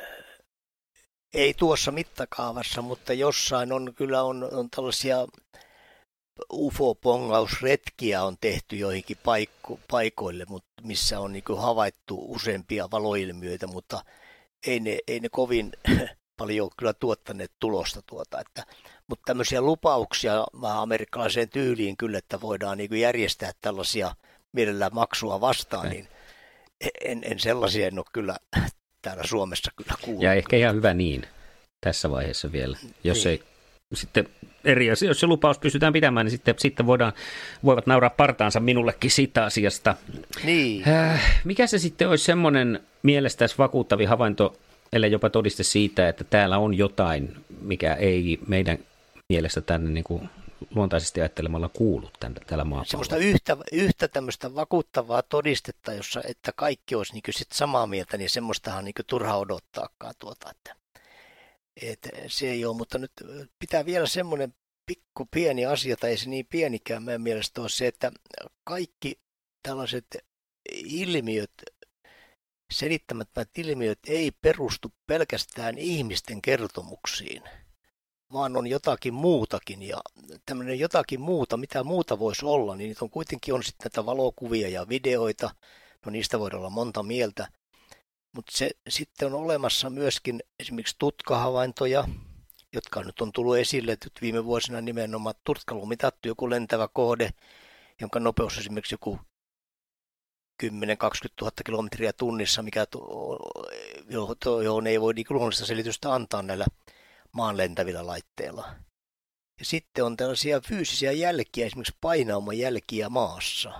ei tuossa mittakaavassa, mutta jossain on kyllä on, on tällaisia U F O-pongausretkiä on tehty joihinkin paikko, paikoille, mutta missä on niin kuin havaittu useampia valoilmiöitä, mutta ei ne, ei ne kovin paljon kyllä tuottaneet tulosta. Tuota, että, mutta tämmöisiä lupauksia vähän amerikkalaiseen tyyliin kyllä, että voidaan niin kuin järjestää tällaisia mielellään maksua vastaan, niin en, en sellaisia en ole kyllä täällä Suomessa kyllä kuullut. Ja ehkä ihan hyvä niin tässä vaiheessa vielä, jos niin. ei sitten eri asia, jos se lupaus pystytään pitämään, niin sitten, sitten voidaan, voivat nauraa partaansa minullekin siitä asiasta. Niin. Äh, mikä se sitten olisi semmoinen mielestäsi vakuuttavin havainto, ellei jopa todiste siitä, että täällä on jotain, mikä ei meidän mielestä tänne niin kuin luontaisesti ajattelemalla kuulu tänne, täällä maapallolla? Semmoista yhtä, yhtä tämmöistä vakuuttavaa todistetta, jossa, että kaikki olisi niin sit samaa mieltä, niin semmoistahan niin turha odottaakaan tuota, että Et se ei ole, mutta nyt pitää vielä semmoinen pikku pieni asia, tai ei se niin pienikään meidän mielestä ole se, että kaikki tällaiset ilmiöt, selittämättömät ilmiöt ei perustu pelkästään ihmisten kertomuksiin, vaan on jotakin muutakin. Ja tämmöinen jotakin muuta, mitä muuta voisi olla, niin niitä on kuitenkin on sitten näitä valokuvia ja videoita, no niistä voidaan olla monta mieltä. Mutta se sitten on olemassa myöskin esimerkiksi tutkahavaintoja, jotka nyt on tullut esille, että viime vuosina nimenomaan tutkalla on mitattu joku lentävä kohde, jonka nopeus esimerkiksi joku kymmenen kaksikymmentä tuhatta kilometriä tunnissa, mikä johon ei voi luonnollista selitystä antaa näillä maan lentävillä laitteilla. Ja sitten on tällaisia fyysisiä jälkiä, esimerkiksi painauman jälkiä maassa.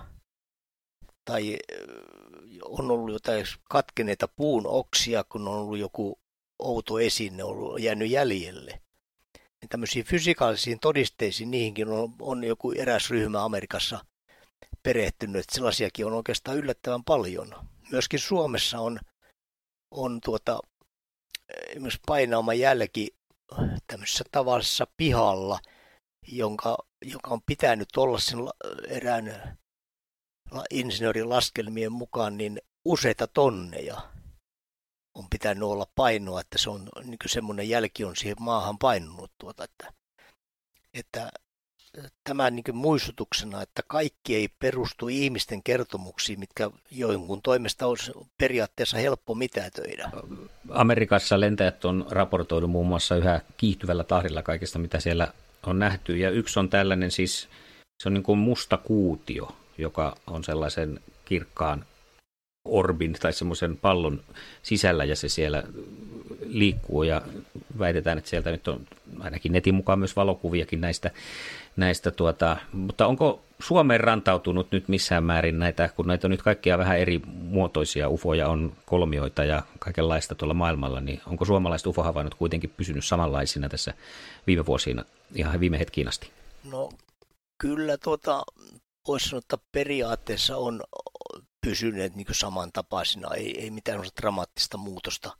Tai on ollut jotain katkeneita puun oksia, kun on ollut joku outo esine ollut jäänyt jäljelle. Ja tämmöisiin fysikaalisiin todisteisiin, niihinkin on, on joku eräs ryhmä Amerikassa perehtynyt, että sellaisiakin on oikeastaan yllättävän paljon. Myöskin Suomessa on, on tuota, esimerkiksi painauma jälki tämmöisessä tavallisessa pihalla, jonka, joka on pitänyt olla sen erään insinöörin laskelmien mukaan niin useita tonneja on pitänyt olla painoa, että se on niin kuin semmoinen jälki on siihen maahan painunut tuota, että, että tämän niin kuin muistutuksena, että kaikki ei perustu ihmisten kertomuksiin, mitkä jonkun toimesta olisi periaatteessa helppo mitätöidä. Amerikassa lentäjät on raportoinut muun muassa yhä kiihtyvällä tahdilla kaikesta, mitä siellä on nähty, ja yksi on tällainen siis, se on niin kuin musta kuutio, joka on sellaisen kirkkaan orbin tai semmoisen pallon sisällä ja se siellä liikkuu ja väitetään, että sieltä nyt on ainakin netin mukaan myös valokuviakin näistä, näistä tuota, mutta onko Suomeen rantautunut nyt missään määrin näitä, kun näitä on nyt kaikkia vähän eri muotoisia ufoja, on kolmioita ja kaikenlaista tuolla maailmalla, niin onko suomalaiset ufohavainnot kuitenkin pysynyt samanlaisina tässä viime vuosina, ihan viime hetkiin asti? No kyllä tuota, voisi sanoa, että periaatteessa on pysyneet niin kuin samantapaisina, ei, ei mitään dramaattista muutosta.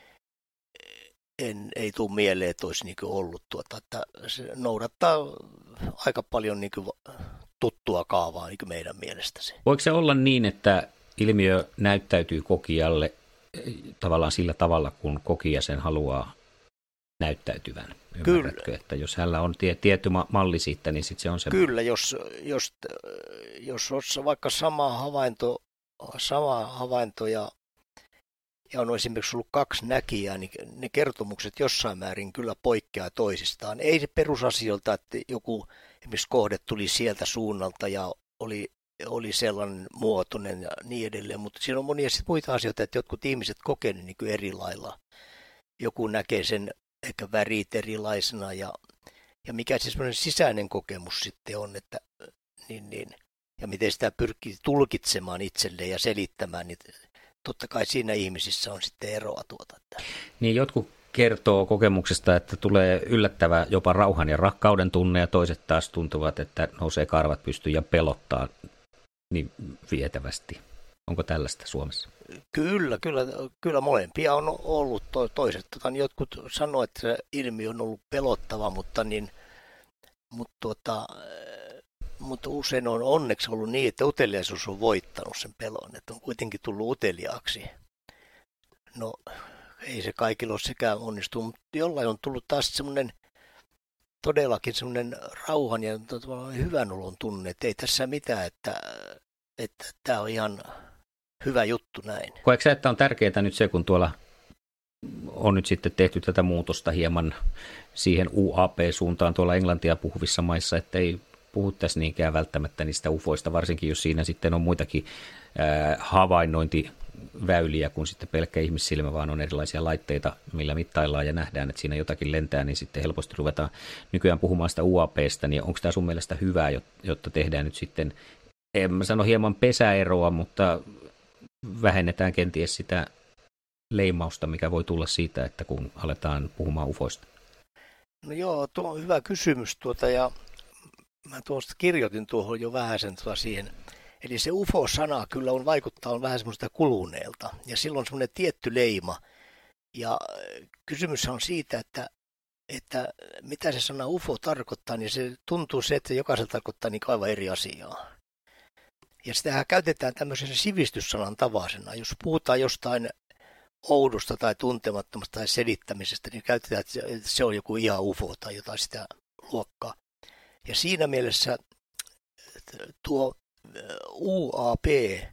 En, ei tule mieleen, että olisi niin kuin ollut tuota, että se noudattaa aika paljon niin kuin tuttua kaavaa niin kuin meidän mielestäsi. Voiko se olla niin, että ilmiö näyttäytyy kokijalle tavallaan sillä tavalla, kun kokija sen haluaa näyttäytyvän? Kyllä. Että jos hänellä on tie, tietty malli siitä, niin sitten se on se. Kyllä, jos, jos, jos on vaikka sama havainto, sama havainto ja ja on esimerkiksi ollut kaksi näkijää, niin ne kertomukset jossain määrin kyllä poikkeaa toisistaan. Ei se perusasioilta, että joku esimerkiksi kohde tuli sieltä suunnalta ja oli, oli sellainen muotoinen ja niin edelleen, mutta siinä on monia sit muita asioita, että jotkut ihmiset kokee ne niin kuin eri lailla. Joku näkee sen ehkä värit erilaisena ja, ja mikä se semmoinen sisäinen kokemus sitten on, että niin, niin, ja miten sitä pyrkii tulkitsemaan itselleen ja selittämään, niin totta kai siinä ihmisissä on sitten eroa tuota. Niin jotkut kertoo kokemuksesta, että tulee yllättävä jopa rauhan ja rakkauden tunne ja toiset taas tuntuvat, että nousee karvat pystyyn ja pelottaa niin vietävästi. Onko tällaista Suomessa? Kyllä, kyllä, kyllä molempia on ollut. Toiset, tota, jotkut sanoo, että se ilmiö on ollut pelottava, mutta, niin, mutta, tuota, mutta usein on onneksi ollut niin, että uteliaisuus on voittanut sen pelon, että on kuitenkin tullut uteliaaksi. No ei se kaikilla ole sekään onnistunut, mutta jollain on tullut taas semmoinen todellakin semmoinen rauhan ja hyvän olon tunne, että ei tässä mitään, että, että tämä on ihan hyvä juttu näin. Koetko sä, että on tärkeää nyt se, kun tuolla on nyt sitten tehty tätä muutosta hieman siihen U A P-suuntaan tuolla englantia puhuvissa maissa, että ei puhuttaisi niinkään välttämättä niistä ufoista, varsinkin jos siinä sitten on muitakin ää, havainnointiväyliä kuin sitten pelkkä ihmissilmä, vaan on erilaisia laitteita, millä mittaillaan ja nähdään, että siinä jotakin lentää, niin sitten helposti ruvetaan nykyään puhumaan sitä U A P:stä, niin onko tämä sun mielestä hyvää, jotta tehdään nyt sitten, en mä sano hieman pesäeroa, mutta vähennetään kenties sitä leimausta, mikä voi tulla siitä, että kun aletaan puhumaan ufoista? No joo, tuo on hyvä kysymys tuota ja mä tuosta kirjoitin tuohon jo vähän sen tuota siihen. Eli se U F O-sana kyllä on vaikuttaa on vähän semmoista kuluneelta ja silloin semmoinen tietty leima. Ja kysymys on siitä, että, että mitä se sana U F O tarkoittaa, niin se tuntuu se, että jokaisella tarkoittaa niin aivan eri asiaa. Ja sitähän käytetään tämmöisen sivistyssanan tavaisena. Jos puhutaan jostain oudosta tai tuntemattomasta tai selittämisestä, niin käytetään, että se on joku ihan U F O tai jotain sitä luokkaa. Ja siinä mielessä tuo U A P,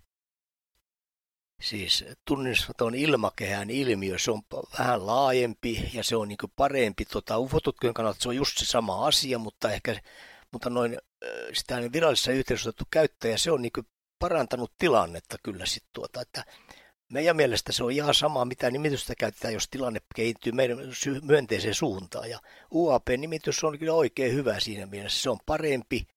siis tunnistamaton ilmakehän ilmiö, se on vähän laajempi ja se on niin kuin parempi. Tota, U F O-tutkijan kannalta se on just se sama asia, mutta ehkä mutta noin sitä virallisessa yhteydessä otettu käyttäjä, se on niin kuin parantanut tilannetta kyllä sitten tuota, että meidän mielestä se on ihan sama, mitä nimitystä käytetään, jos tilanne kehittyy meidän myönteiseen suuntaan. Ja U A P-nimitys on kyllä oikein hyvä siinä mielessä. Se on parempi,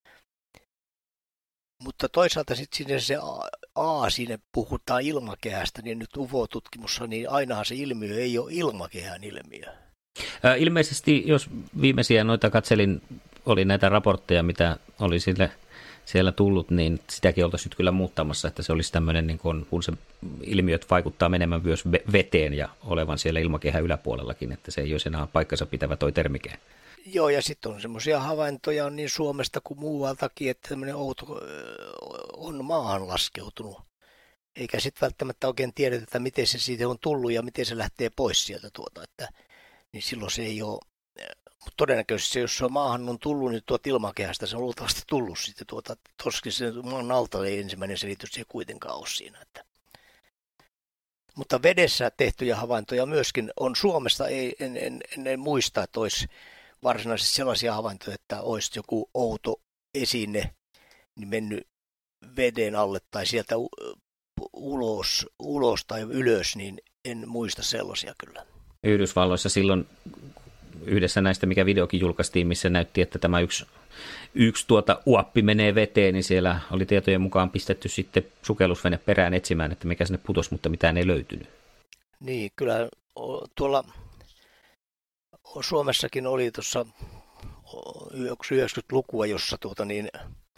mutta toisaalta sitten siinä se A, A siinä puhutaan ilmakehästä, niin nyt U F O-tutkimussa, niin ainahan se ilmiö ei ole ilmakehän ilmiö. Ilmeisesti, jos viimeisiä noita katselin, oli näitä raportteja, mitä oli sille siellä tullut, niin sitäkin oltaisiin nyt kyllä muuttamassa, että se olisi tämmöinen, niin kun, kun se ilmiöt vaikuttaa menemään myös veteen ja olevan siellä ilmakehän yläpuolellakin, että se ei olisi enää paikkansa pitävä toi termikehä. Joo, ja sitten on semmoisia havaintoja niin Suomesta kuin muualtakin, että tämmöinen outo on maahan laskeutunut. Eikä sitten välttämättä oikein tiedetä, että miten se siitä on tullut ja miten se lähtee pois sieltä tuota, että niin silloin se ei ole. Mutta todennäköisesti jos se on maahan on tullut, niin tuolta ilmakehästä se on luultavasti tullut sitten tuota, toskin se maan alta ei ensimmäinen selitys ei kuitenkaan ole siinä. Että. Mutta vedessä tehtyjä havaintoja myöskin on Suomesta, ei, en, en, en, en muista, että olisi varsinaisesti sellaisia havaintoja, että olisi joku outo esine niin mennyt veden alle tai sieltä ulos, ulos tai ylös, niin en muista sellaisia kyllä. Yhdysvalloissa silloin yhdessä näistä, mikä videokin julkaistiin, missä näytti, että tämä yksi, yksi tuota uappi menee veteen, niin siellä oli tietojen mukaan pistetty sitten sukellusvene perään etsimään, että mikä sinne putosi, mutta mitään ei löytynyt. Niin, kyllä tuolla Suomessakin oli tuossa yhdeksänkymmentälukua, jossa tuota niin,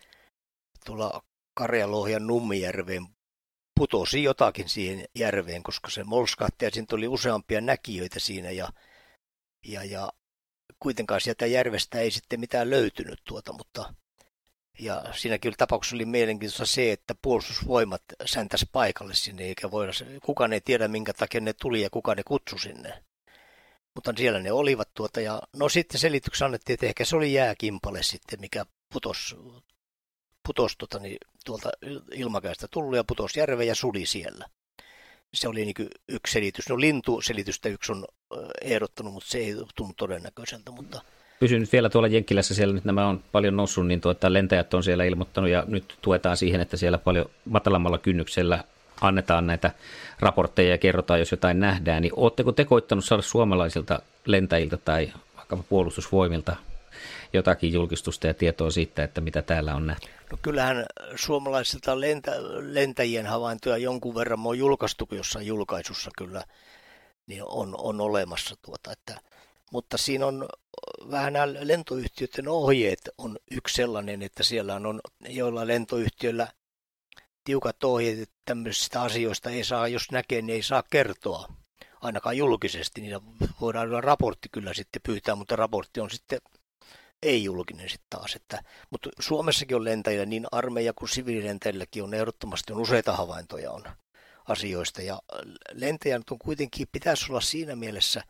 tuolla Karjalohjan Nummijärveen putosi jotakin siihen järveen, koska se molskahti ja siinä oli useampia näkijöitä siinä ja, ja, ja kuitenkaan sieltä järvestä ei sitten mitään löytynyt tuota, mutta ja siinäkin tapauksessa oli mielenkiintoista se, että puolustusvoimat säntäsi paikalle sinne, eikä voida, kukaan ei tiedä minkä takia ne tuli ja kuka ne kutsui sinne. Mutta siellä ne olivat tuota ja no sitten selityksen annettiin, että ehkä se oli jääkimpale sitten, mikä putosi putos, tuota, niin, tuolta ilmakäistä tullut ja putosi järveen ja suli siellä. Se oli niin yksi selitys. No lintuselitystä yksi on ehdottanut, mutta se ei tunnu todennäköiseltä. Mutta Pysyn nyt vielä tuolla Jenkkilässä, siellä nyt nämä on paljon noussut, niin tuota, lentäjät on siellä ilmoittanut ja nyt tuetaan siihen, että siellä paljon matalammalla kynnyksellä annetaan näitä raportteja ja kerrotaan, jos jotain nähdään. Niin ootteko te koittanut saada suomalaisilta lentäjiltä tai vaikkapa puolustusvoimilta jotakin julkistusta ja tietoa siitä, että mitä täällä on nähty? No kyllähän suomalaisilta lentä, lentäjien havaintoja jonkun verran on julkaistu jossain julkaisussa kyllä, niin on, on olemassa tuota, että mutta siinä on vähän nämä lentoyhtiöiden ohjeet on yksi sellainen, että siellä on joilla lentoyhtiöillä tiukat ohjeet, että tämmöisistä asioista ei saa, jos näkee, niin ei saa kertoa, ainakaan julkisesti. Niillä voidaan raportti kyllä sitten pyytää, mutta raportti on sitten ei julkinen sitten taas. Että, mutta Suomessakin on lentäjillä, niin armeija kuin siviililentäjilläkin on ehdottomasti on useita havaintoja on asioista. Ja lentäjän on kuitenkin pitäisi olla siinä mielessä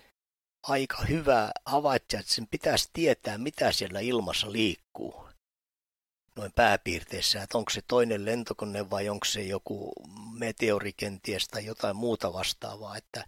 aika hyvä havaitsija, että sen pitäisi tietää, mitä siellä ilmassa liikkuu noin pääpiirteissä, että onko se toinen lentokone vai onko se joku meteori kenties tai jotain muuta vastaavaa, että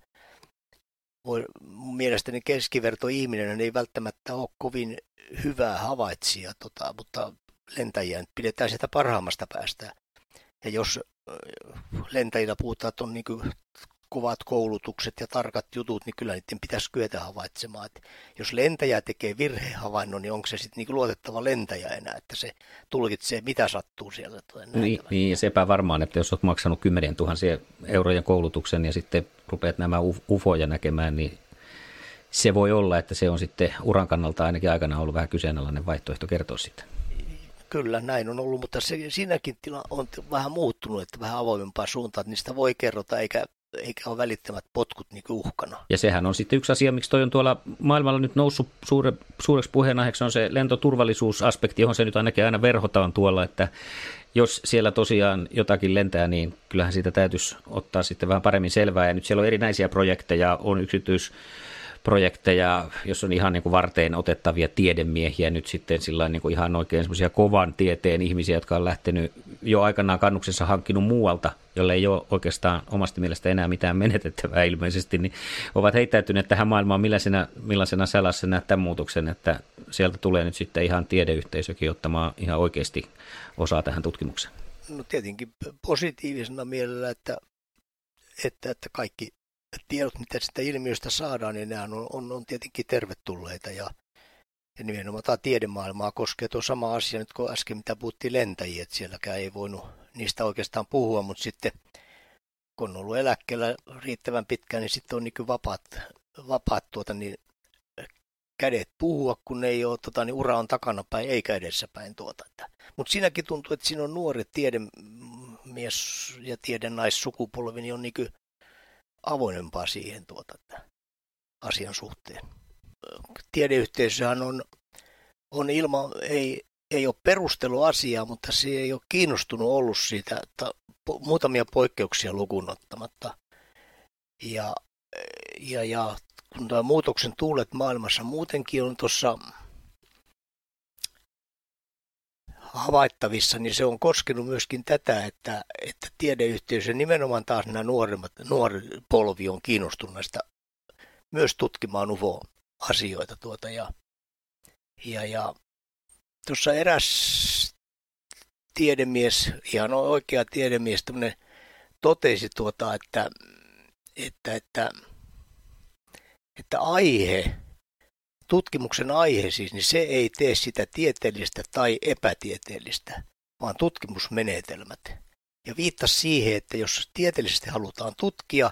voi, mielestäni keskiverto ihminen ei välttämättä ole kovin hyvä havaitsija, tota, mutta lentäjiä pidetään sitä parhaimmasta päästä. Ja jos lentäjillä puhutaan, että on niin kuin kovat koulutukset ja tarkat jutut, niin kyllä niiden pitäisi kyetä havaitsemaan. Että jos lentäjä tekee virhehavainnon, niin onko se sitten niin luotettava lentäjä enää, että se tulkitsee, mitä sattuu siellä. Niin, niin, ja sepä varmaan, että jos olet maksanut kymmenien tuhansia eurojen koulutuksen ja sitten rupeat nämä ufoja näkemään, niin se voi olla, että se on sitten uran kannalta ainakin aikana ollut vähän kyseenalainen vaihtoehto kertoa sitä. Kyllä, näin on ollut, mutta se, siinäkin tila on vähän muuttunut, että vähän avoimempaa suuntaan, että niistä voi kerrota, eikä eikä ole välittämät potkut niin kuin uhkana. Ja sehän on sitten yksi asia, miksi toi on tuolla maailmalla nyt noussut suure, suureksi puheenaiheeksi, on se lentoturvallisuusaspekti, johon se nyt ainakin aina verhotaan tuolla, että jos siellä tosiaan jotakin lentää, niin kyllähän siitä täytyisi ottaa sitten vähän paremmin selvää. Ja nyt siellä on erinäisiä projekteja, on yksityisprojekteja, jos on ihan niin kuin varteen otettavia tiedemiehiä, nyt sitten sillä niin kuin ihan oikein semmoisia kovan tieteen ihmisiä, jotka on lähtenyt jo aikanaan kannuksensa hankkinut muualta, jolle ei ole oikeastaan omasta mielestä enää mitään menetettävää ilmeisesti, niin ovat heittäytyneet tähän maailmaan millaisena, millaisena selässä näet tämän muutoksen, että sieltä tulee nyt sitten ihan tiedeyhteisökin ottamaan ihan oikeasti osaa tähän tutkimukseen. No tietenkin positiivisena mielellä, että, että, että kaikki tiedot, mitä sitä ilmiöstä saadaan, niin nämä on, on, on tietenkin tervetulleita ja, ja nimenomaan tämä tiedemaailmaa koskee tuo sama asia nyt kuin äsken mitä puhuttiin lentäjiä, että sielläkään ei voinut niistä oikeastaan puhua, mutta sitten kun on ollut eläkkeellä riittävän pitkään, niin sitten on niin vapaat, vapaat tuota, niin kädet puhua, kun ne ei ole, tota, niin ura on takanapäin eikä edessäpäin. Tuota. Mutta siinäkin tuntuu, että siinä on nuori tiedemies ja tiedennaissukupolvi, niin on niin avoimempaa siihen tuota, asian suhteen. Tiedeyhteisöhän on, on ilman, ei, ei ole perusteluasiaa, mutta se ei ole kiinnostunut ollut siitä, että muutamia poikkeuksia lukuun ottamatta. Ja, ja, ja kun tämä muutoksen tuulet maailmassa muutenkin on tuossa havaittavissa, niin se on koskenut myöskin tätä, että, että tiedeyhteisö, nimenomaan taas nämä nuoremmat, nuori polvi on kiinnostunut näistä myös tutkimaan U F O-asioita. Tuota, ja, ja, ja tuossa eräs tiedemies, ihan oikea tiedemies, tämmöinen totesi, tuota, että, että, että, että aihe, tutkimuksen aihe siis, niin se ei tee sitä tieteellistä tai epätieteellistä, vaan tutkimusmenetelmät. Ja viittasi siihen, että jos tieteellisesti halutaan tutkia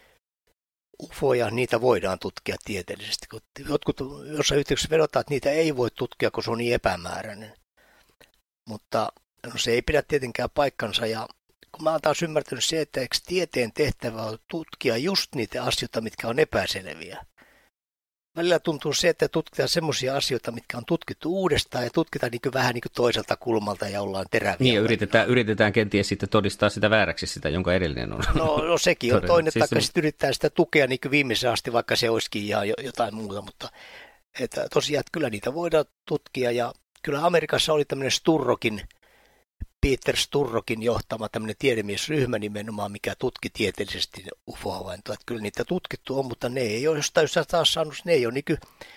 ufoja, niitä voidaan tutkia tieteellisesti. Jotkut jossain yhteydessä vedotaan, että niitä ei voi tutkia, kun se on niin epämääräinen. Mutta no, se ei pidä tietenkään paikkansa. Ja kun mä oon taas ymmärtänyt se, että eikö tieteen tehtävä on tutkia just niitä asioita, mitkä on epäselviä. Välillä tuntuu se, että tutkitaan semmoisia asioita, mitkä on tutkittu uudestaan ja tutkitaan niin vähän niin toiselta kulmalta ja ollaan teräviä. Niin, yritetään, yritetään kenties sitten todistaa sitä vääräksi sitä, jonka edellinen on. No, no sekin on toinen, siis taikka se... sitten yritetään sitä tukea niin viimeisen asti, vaikka se olisikin ihan jotain muuta. Mutta että tosiaan, että kyllä niitä voidaan tutkia ja kyllä Amerikassa oli tämmöinen Sturrokin, Peter Sturrokin johtama tämmöinen tiedemiesryhmä nimenomaan, mikä tutki tieteellisesti U F O-havaintoa. Että kyllä niitä tutkittu on, mutta ne ei ole, jostain jos taas saanut, ne ei ole niin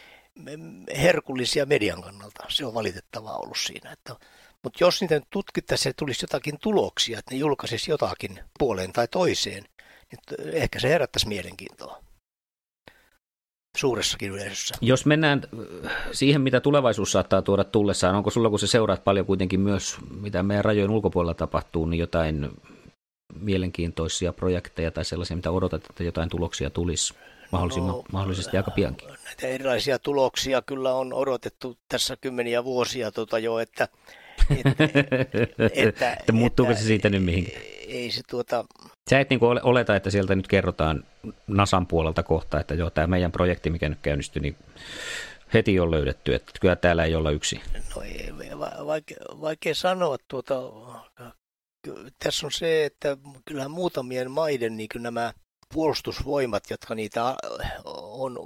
herkullisia median kannalta. Se on valitettavaa ollut siinä. Että, mutta jos niitä nyt tutkittaisiin, että tulisi jotakin tuloksia, että ne julkaisisi jotakin puoleen tai toiseen, niin ehkä se herättäisi mielenkiintoa suuressakin yleisössä. Jos mennään siihen, mitä tulevaisuus saattaa tuoda tullessaan, onko sulla, kun sä seuraat paljon kuitenkin myös, mitä meidän rajojen ulkopuolella tapahtuu, niin jotain mielenkiintoisia projekteja tai sellaisia, mitä odotat, että jotain tuloksia tulisi mahdollisimman, no, mahdollisesti aika piankin? Näitä erilaisia tuloksia kyllä on odotettu tässä kymmeniä vuosia tota jo, että... että, että, että muuttuuko että, se siitä nyt mihinkään? Ei se tuota... Sä et niin kuin oleta, että sieltä nyt kerrotaan NASAn puolelta kohta, että joo, tämä meidän projekti, mikä nyt käynnistyi, niin heti on löydetty, että kyllä täällä ei olla yksin. No ei, vaikea, vaikea sanoa. Tuota, tässä on se, että kyllähän muutamien maiden niin nämä puolustusvoimat, jotka niitä on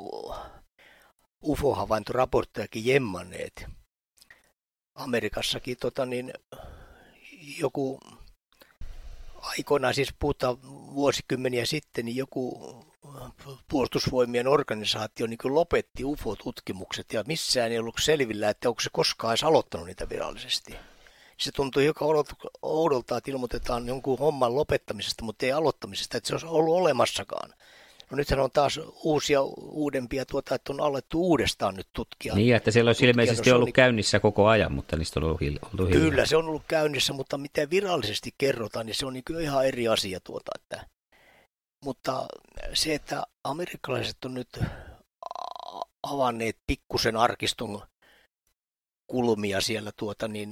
U F O-havaintoraporttejakin jemmanneet. Amerikassakin tota, niin, joku... Aikoinaan siis puhutaan vuosikymmeniä sitten, niin joku puolustusvoimien organisaatio niin kuin lopetti U F O-tutkimukset ja missään ei ollut selvillä, että onko se koskaan edes aloittanut niitä virallisesti. Se tuntui joka oudolta, että ilmoitetaan jonkun homman lopettamisesta, mutta ei aloittamisesta, että se olisi ollut olemassakaan. No nythän on taas uusia, uudempia, tuota, että on alettu uudestaan nyt tutkia. Niin, että siellä olisi ilmeisesti no, ollut niin... käynnissä koko ajan, mutta niistä on ollut hiljaa. Kyllä, se on ollut käynnissä, mutta mitä virallisesti kerrotaan, niin se on niin kuin ihan eri asia. Tuota, että... Mutta se, että amerikkalaiset on nyt avanneet pikkusen arkiston kulmia siellä, tuota, niin,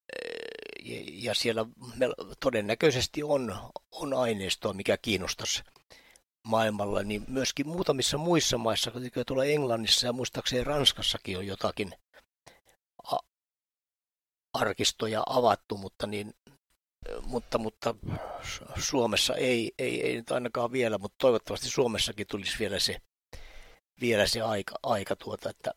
ja siellä todennäköisesti on, on aineistoa, mikä kiinnostaisi maailmalla, niin myöskin muutamissa muissa maissa, kuten tuolla Englannissa ja muistaakseni Ranskassakin on jotakin a- arkistoja avattu, mutta, niin, mutta, mutta Suomessa ei, ei, ei nyt ainakaan vielä, mutta toivottavasti Suomessakin tulisi vielä se, vielä se aika, aika tuota, että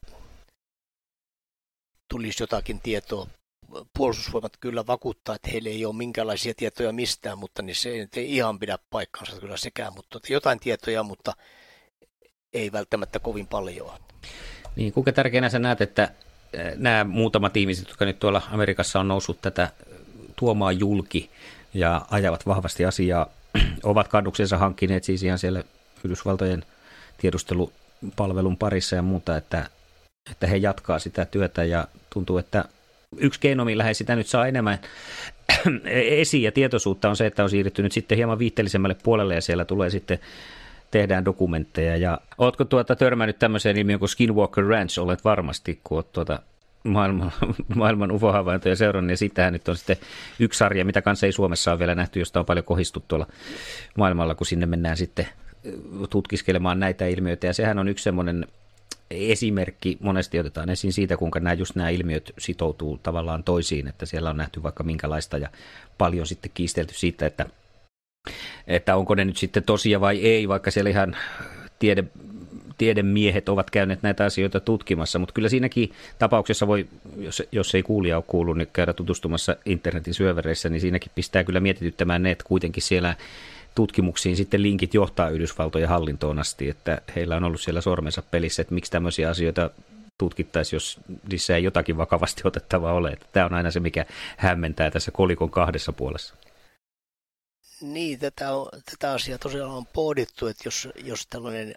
tulisi jotakin tietoa. Puolustusvoimat kyllä vakuuttaa, että heillä ei ole minkäänlaisia tietoja mistään, mutta niin se ei ihan pidä paikkaansa kyllä sekään, mutta jotain tietoja, mutta ei välttämättä kovin paljon. Niin, kuinka tärkeänä sä näet, että nämä muutamat ihmiset, jotka nyt tuolla Amerikassa on noussut tätä tuomaan julki ja ajavat vahvasti asiaa, ovat kannuksensa hankkineet siis ihan siellä Yhdysvaltojen tiedustelupalvelun parissa ja muuta, että, että he jatkaa sitä työtä ja tuntuu, että yksi keino, millä he sitä nyt saa enemmän esiin ja tietoisuutta on se, että on siirrytty nyt sitten hieman viihteellisemmälle puolelle ja siellä tulee sitten, tehdään dokumentteja. Ja ootko tuota törmännyt tämmöiseen ilmiöön kuin Skinwalker Ranch? Olet varmasti, kun oot tuota maailman, maailman U F O-havaintoja seurannut ja sitähän nyt on sitten yksi sarja, mitä kanssa ei Suomessa ole vielä nähty, josta on paljon kohistuttu tuolla maailmalla, kun sinne mennään sitten tutkiskelemaan näitä ilmiöitä ja sehän on yksi semmoinen esimerkki, monesti otetaan esiin siitä, kuinka nämä, just nämä ilmiöt sitoutuu tavallaan toisiin, että siellä on nähty vaikka minkälaista ja paljon sitten kiistelty siitä, että, että onko ne nyt sitten tosia vai ei, vaikka siellä ihan tiede, tiedemiehet ovat käyneet näitä asioita tutkimassa, mutta kyllä siinäkin tapauksessa voi, jos, jos ei kuulija ole kuullut, niin käydä tutustumassa internetin syövereissä, niin siinäkin pistää kyllä mietityttämään ne, että kuitenkin siellä tutkimuksiin sitten linkit johtaa Yhdysvaltojen hallintoon asti, että heillä on ollut siellä sormensa pelissä, että miksi tämmöisiä asioita tutkittaisiin, jos niissä ei jotakin vakavasti otettavaa ole. Että tämä on aina se, mikä hämmentää tässä kolikon kahdessa puolessa. Niin, tätä, on, tätä asiaa tosiaan on pohdittu, että jos, jos tällainen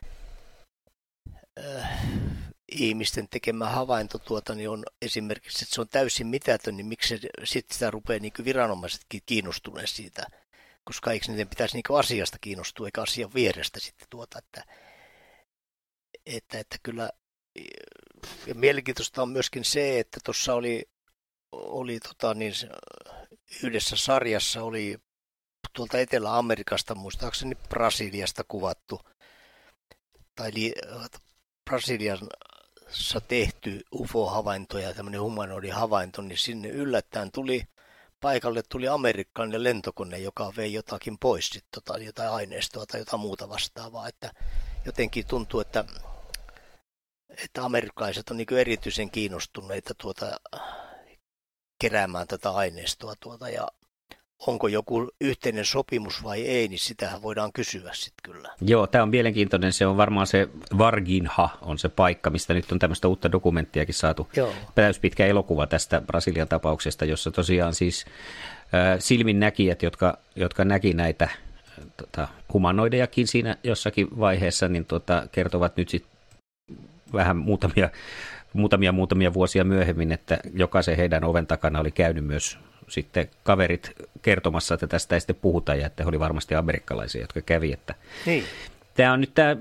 äh, ihmisten tekemä havainto tuota, niin on esimerkiksi, että se on täysin mitätön, niin miksi se, sitten sitä rupeaa niin viranomaisetkin kiinnostuneet siitä, koska eikö niiden pitäisi niin asiasta kiinnostua, eikä asian vierestä sitten tuota, että, että, että kyllä, ja mielenkiintoista on myöskin se, että tuossa oli, oli tota, niin, yhdessä sarjassa oli tuolta Etelä-Amerikasta, muistaakseni Brasiliasta kuvattu, tai li, Brasiliassa tehty U F O-havainto ja tämmöinen humanoidin havainto, niin sinne yllättäen tuli, paikalle tuli amerikkalainen lentokone, joka vei jotakin pois, sit, tota, jotain aineistoa tai jotain muuta vastaavaa, että jotenkin tuntuu, että, että amerikkalaiset on niin kuin erityisen kiinnostuneita tuota, keräämään tätä aineistoa tuota, ja onko joku yhteinen sopimus vai ei, niin sitähän voidaan kysyä sitten kyllä. Joo, tämä on mielenkiintoinen. Se on varmaan se Varginha on se paikka, mistä nyt on tämmöistä uutta dokumenttiakin saatu. Joo. Täyspitkä elokuva tästä Brasilian tapauksesta, jossa tosiaan siis äh, silminnäkijät, jotka, jotka näki näitä äh, tota, humanoidejakin siinä jossakin vaiheessa, niin tota, kertovat nyt sitten vähän muutamia, muutamia muutamia vuosia myöhemmin, että jokaisen heidän oven takana oli käynyt myös sitten kaverit kertomassa, että tästä ei sitten puhuta ja että he oli varmasti amerikkalaisia, jotka kävi. Että niin. Tämä on nyt tämä,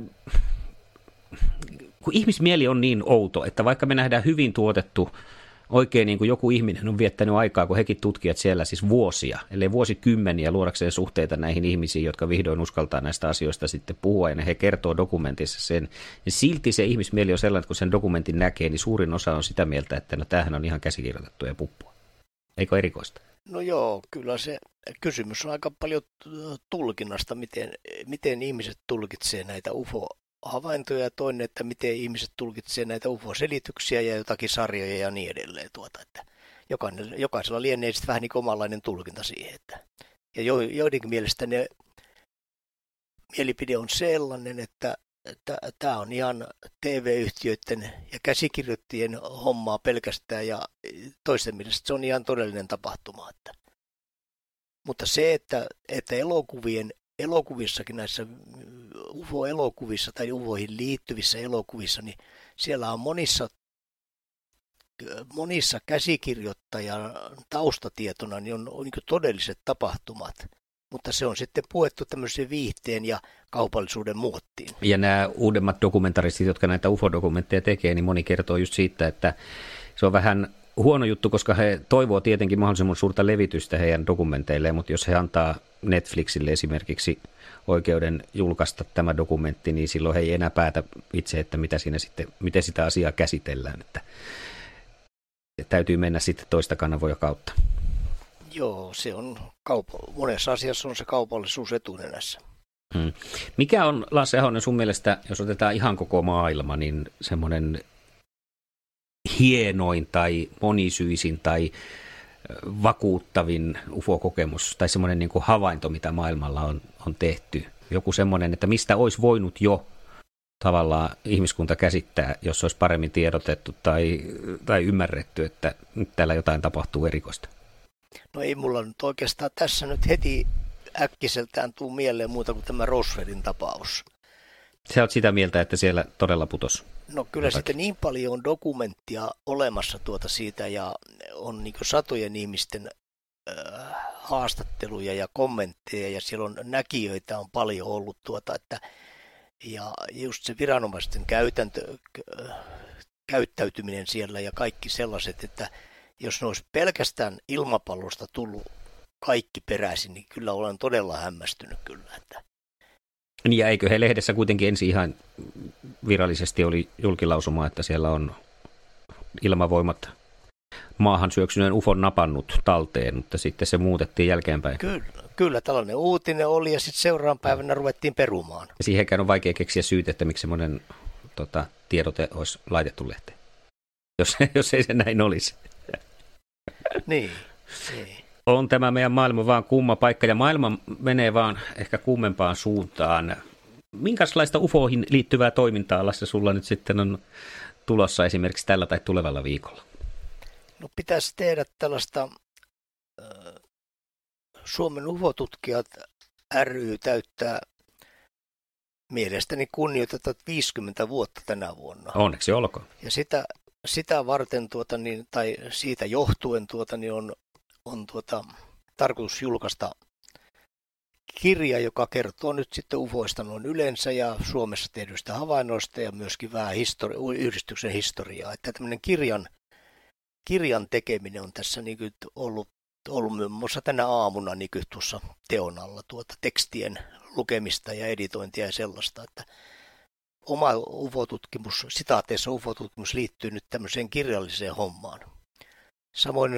kun ihmismieli on niin outo, että vaikka me nähdään hyvin tuotettu, oikein niin kuin joku ihminen on viettänyt aikaa, kun hekin tutkijat siellä siis vuosia, ellei vuosikymmeniä luodakseen suhteita näihin ihmisiin, jotka vihdoin uskaltaa näistä asioista sitten puhua, ja he kertoo dokumentissa sen. Ja silti se ihmismieli on sellainen, että kun sen dokumentin näkee, niin suurin osa on sitä mieltä, että no tämähän on ihan käsikirjoitettuja puppua. Eikö erikoista? No joo, kyllä se kysymys on aika paljon tulkinnasta, miten, miten ihmiset tulkitsee näitä U F O-havaintoja ja toinen, että miten ihmiset tulkitsee näitä U F O-selityksiä ja jotakin sarjoja ja niin edelleen. Tuota, että jokainen, jokaisella lienee sitten vähän niin kuin omanlainen tulkinta siihen. Että, ja jo, joidenkin mielestä ne mielipide on sellainen, että tämä on ihan T V-yhtiöiden ja käsikirjoittajien hommaa pelkästään ja toisten mielestä se on ihan todellinen tapahtuma. Että. Mutta se, että, että elokuvien, elokuvissakin näissä U F O-elokuvissa tai U F Oihin liittyvissä elokuvissa, niin siellä on monissa, monissa käsikirjoittajan taustatietona niin on, on niin todelliset tapahtumat. Mutta se on sitten puettu tämmöisen viihteen ja kaupallisuuden muottiin. Ja nämä uudemmat dokumentaristit, jotka näitä U F O-dokumentteja tekee, niin moni kertoo just siitä, että se on vähän huono juttu, koska he toivoo tietenkin mahdollisimman suurta levitystä heidän dokumenteilleen, mutta jos he antaa Netflixille esimerkiksi oikeuden julkaista tämä dokumentti, niin silloin he ei enää päätä itse, että mitä siinä sitten, miten sitä asiaa käsitellään. Että täytyy mennä sitten toista kanavoja kautta. Joo, se on kaupo- monessa asiassa on se kaupallisuus etunenässä. Hmm. Mikä on, Lasse Ahonen, sun mielestä, jos otetaan ihan koko maailma, niin semmoinen hienoin tai monisyisin tai vakuuttavin U F O-kokemus tai semmoinen niin kuin havainto, mitä maailmalla on, on tehty? Joku semmoinen, että mistä olisi voinut jo tavallaan ihmiskunta käsittää, jos olisi paremmin tiedotettu tai, tai ymmärretty, että nyt täällä jotain tapahtuu erikoista? No ei mulla nyt oikeastaan tässä nyt heti äkkiseltään tuu mieleen muuta kuin tämä Roswellin tapaus. Sä oot sitä mieltä, että siellä todella putosi? No kyllä jotakin. Sitten niin paljon on dokumenttia olemassa tuota siitä ja on niin kuin satojen ihmisten äh, haastatteluja ja kommentteja ja siellä on näkijöitä on paljon ollut tuota, että ja just se viranomaisten käytäntö, äh, käyttäytyminen siellä ja kaikki sellaiset, että jos ne olisi pelkästään ilmapallosta tullut kaikki peräisin, niin kyllä olen todella hämmästynyt kyllä. Että. Niin ja eikö he lehdessä kuitenkin ensin ihan virallisesti oli julkilausuma, että siellä on ilmavoimat maahan syöksyneen ufon napannut talteen, mutta sitten se muutettiin jälkeenpäin. Kyllä, kyllä tällainen uutinen oli ja sitten seuraavan päivänä ruvettiin perumaan. Ja siihenkään on vaikea keksiä syytä, että miksi semmoinen tota, tiedote olisi laitettu lehteen, jos, jos ei se näin olisi. Niin, niin. On tämä meidän maailma vaan kumma paikka ja maailma menee vaan ehkä kummempaan suuntaan. Minkälaista U F Oihin liittyvää toimintaa, Lasse, sulla nyt sitten on tulossa esimerkiksi tällä tai tulevalla viikolla? No pitäisi tehdä tällaista äh, Suomen U F O-tutkijat ry täyttää mielestäni kunnioitetaan viisikymmentä vuotta tänä vuonna. Onneksi olkoon. Ja sitä, sitä varten, tuota, niin, tai siitä johtuen tuota, niin on, on tuota, tarkoitus julkaista kirja, joka kertoo nyt sitten U F Oista noin yleensä ja Suomessa tehdyistä havainnoista ja myöskin vähän histori- yhdistyksen historiaa. Että tämmöinen kirjan, kirjan tekeminen on tässä niin kuin ollut, ollut muun muassa tänä aamuna niin kuin tuossa teon alla tuota tekstien lukemista ja editointia ja sellaista, että oma U F O-tutkimus, sitaateessa U F O-tutkimus liittyy nyt tämmöiseen kirjalliseen hommaan. Samoin,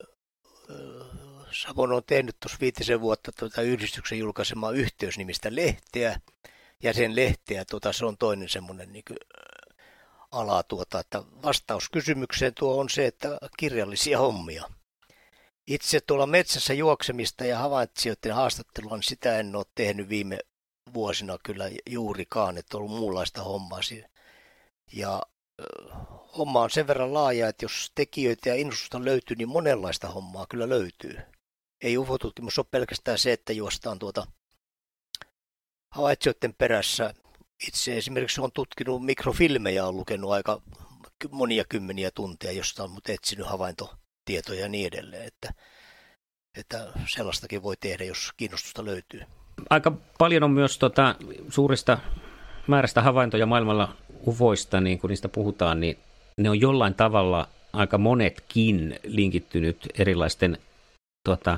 Samoin on tehnyt tuossa viitisen vuotta tuota yhdistyksen julkaisemaa Yhteys-nimistä lehteä, ja sen lehteä, tuota, se on toinen semmoinen niin kuin ala, tuota, että vastaus kysymykseen tuo on se, että kirjallisia hommia. Itse tuolla metsässä juoksemista ja havaitsijoiden haastattelua, niin sitä en ole tehnyt viime vuosina kyllä juurikaan, että on ollut muunlaista hommaa. Ja äh, homma on sen verran laaja, että jos tekijöitä ja innostusta löytyy, niin monenlaista hommaa kyllä löytyy. Ei U F O-tutkimus ole pelkästään se, että juostaan tuota havaitsijoiden perässä. Itse esimerkiksi olen tutkinut mikrofilmejä, olen lukenut aika monia kymmeniä tunteja, josta on mut etsinyt havaintotietoja ja niin edelleen. Että, että sellaistakin voi tehdä, jos kiinnostusta löytyy. Aika paljon on myös tota, suurista määrästä havaintoja maailmalla U F Oista, niin kun niistä puhutaan, niin ne on jollain tavalla aika monetkin linkittynyt erilaisten tota,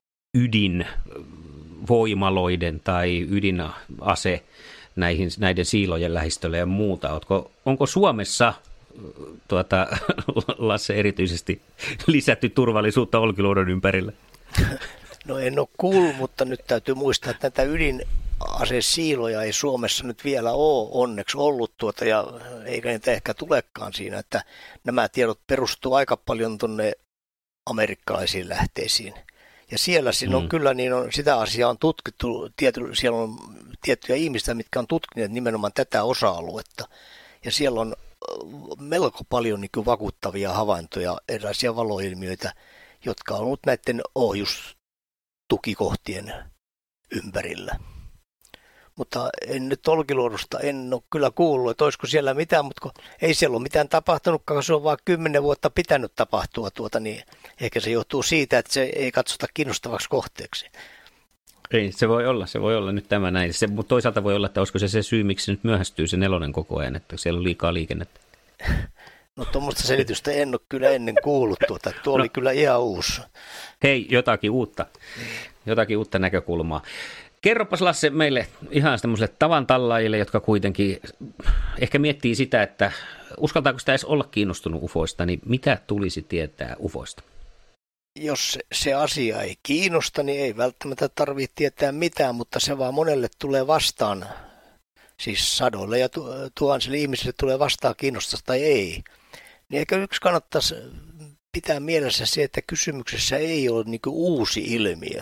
ydinvoimaloiden tai ydinase näihin, näiden siilojen lähistölle ja muuta. Onko, onko Suomessa tuota, Lasse erityisesti lisätty turvallisuutta Olkiluodon ympärillä? No en ole kuullut, mutta nyt täytyy muistaa, että näitä ydinasesiiloja ei Suomessa nyt vielä ole onneksi ollut tuota, ja eikä niitä ehkä tulekaan siinä, että nämä tiedot perustuu aika paljon tuonne amerikkalaisiin lähteisiin. Ja siellä siinä on mm. kyllä, niin on, sitä asiaa on tutkittu, tiety, siellä on tiettyjä ihmisiä, mitkä on tutkineet nimenomaan tätä osa-aluetta. Ja siellä on melko paljon niin kuin vakuuttavia havaintoja, erilaisia valoilmiöitä, jotka on ollut näiden ohjustukikohtien ympärillä. Mutta en nyt Olkiluodosta, en ole kyllä kuullut, että olisiko siellä mitään, mutta ei siellä ole mitään tapahtunutkaan, se on vaan kymmenen vuotta pitänyt tapahtua, tuota, niin ehkä se johtuu siitä, että se ei katsota kiinnostavaksi kohteeksi. Ei, se voi olla, se voi olla nyt tämä näin. Se, mutta toisaalta voi olla, että olisiko se se syy, miksi se nyt myöhästyy se nelonen koko ajan, että siellä on liikaa liikennettä. No tuommoista selitystä en ole kyllä ennen kuullut, tuota, tuo no, oli kyllä ihan uusi. Hei, jotakin uutta, jotakin uutta näkökulmaa. Kerropas Lasse meille ihan semmoiselle tavan tallaajille, jotka kuitenkin ehkä miettii sitä, että uskaltaako sitä edes olla kiinnostunut U F Oista, niin mitä tulisi tietää U F Oista? Jos se asia ei kiinnosta, niin ei välttämättä tarvitse tietää mitään, mutta se vaan monelle tulee vastaan, siis sadoille ja tuhansille ihmisille tulee vastaan kiinnostusta tai ei. Niin ehkä yksi kannattaisi pitää mielessä se, että kysymyksessä ei ole niin kuin uusi ilmiö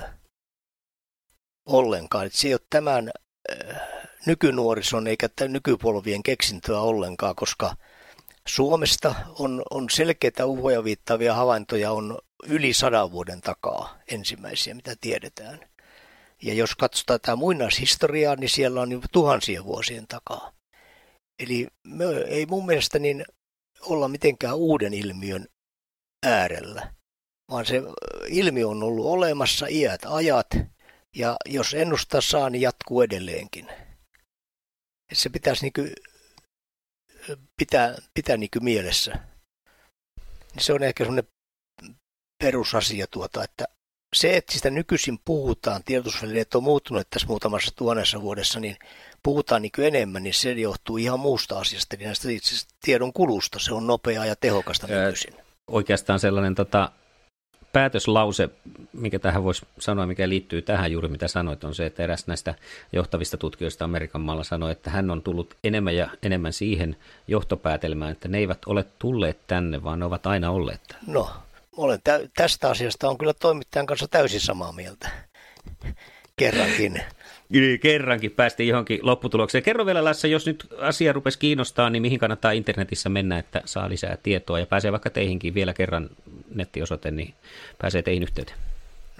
ollenkaan. Että se ei ole tämän äh, nykynuorison eikä nykypolvien keksintöä ollenkaan, koska Suomesta on, on selkeitä U F Oja viittaavia havaintoja on yli sadan vuoden takaa ensimmäisiä, mitä tiedetään. Ja jos katsotaan tämä muinaishistoriaa, niin siellä on jo tuhansien vuosien takaa. Eli me ei mun mielestä niin olla mitenkään uuden ilmiön äärellä, vaan se ilmiö on ollut olemassa iät ajat, ja jos ennustaa saa, niin jatkuu edelleenkin. Se pitäisi niin kuin pitää, pitää niin kuin mielessä. Se on ehkä sellainen perusasia, tuota, että se, että sitä nykyisin puhutaan, tiedotusvälineet on muuttunut tässä muutamassa tuhannessa vuodessa, niin puhutaan niin kuin enemmän, niin se johtuu ihan muusta asiasta, niin näistä itse tiedon kulusta. Se on nopeaa ja tehokasta nykyisin. Oikeastaan sellainen tota, päätöslause, mikä tähän voisi sanoa, mikä liittyy tähän juuri mitä sanoit, on se, että eräs näistä johtavista tutkijoista Amerikan maalla sanoi, että hän on tullut enemmän ja enemmän siihen johtopäätelmään, että ne eivät ole tulleet tänne, vaan ne ovat aina olleet tänne. No, olen tä- tästä asiasta on kyllä toimittajan kanssa täysin samaa mieltä. Kerrankin. Kerrankin päästiin johonkin lopputulokseen. Kerro vielä Lasse, jos nyt asia rupesi kiinnostaa, niin mihin kannattaa internetissä mennä, että saa lisää tietoa ja pääsee vaikka teihinkin vielä kerran nettiosoite, niin pääsee teihin yhteyteen.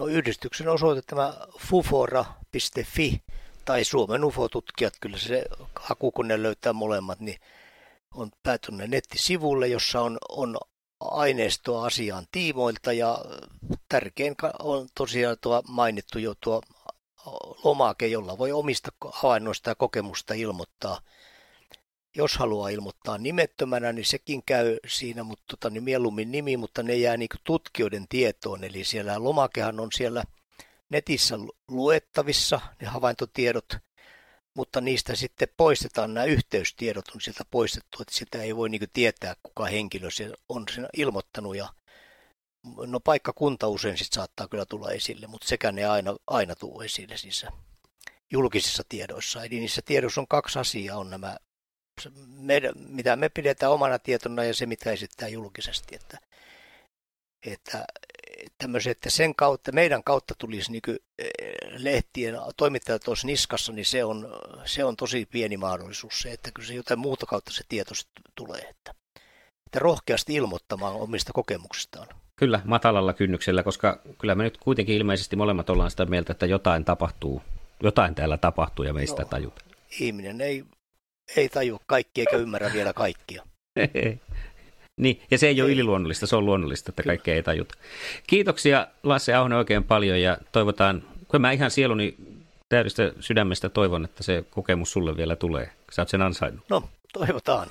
No yhdistyksen osoite tämä fufora piste fi tai Suomen U F O-tutkijat, kyllä se haku, kun ne löytää molemmat, niin on päätynyt nettisivulle, jossa on, on aineistoa asiaan tiimoilta ja tärkein on tosiaan tuo mainittu jo tuo lomake, jolla voi omista havainnoista ja kokemusta ilmoittaa. Jos haluaa ilmoittaa nimettömänä, niin sekin käy siinä, mutta tota, niin mieluummin nimi, mutta ne jää niin kuin tutkijoiden tietoon. Eli siellä lomakehan on siellä netissä luettavissa, ne havaintotiedot, mutta niistä sitten poistetaan, nämä yhteystiedot on sieltä poistettu, että sitä ei voi niin kuin tietää, kuka henkilö se on siinä ilmoittanut. Ja no paikkakunta usein sitten saattaa kyllä tulla esille, mutta sekään ei aina, aina tule esille siis julkisissa tiedoissa. Eli niissä tiedoissa on kaksi asiaa, on nämä meidän, mitä me pidetään omana tietona ja se, mitä esittää julkisesti. Että, että, että sen kautta, meidän kautta tulisi niin lehtien toimittajat olisi niskassa, niin se on, se on tosi pieni mahdollisuus se, että kyllä se jotain muuta kautta se tieto tulee. Että, että rohkeasti ilmoittamaan omista kokemuksistaan. Kyllä, matalalla kynnyksellä, koska kyllä me nyt kuitenkin ilmeisesti molemmat ollaan sitä mieltä, että jotain tapahtuu, jotain täällä tapahtuu ja meistä no, tajutaan. Ihminen ei Ei tajua kaikki eikä ymmärrä vielä kaikkia. Niin, ja se ei ole yliluonnollista, se on luonnollista, että kaikkea ei tajuta. Kiitoksia Lasse Ahonen oikein paljon ja toivotaan, kun mä ihan sieluni täydestä sydämestä toivon, että se kokemus sulle vielä tulee. Sä oot sen ansainnut. No, toivotaan.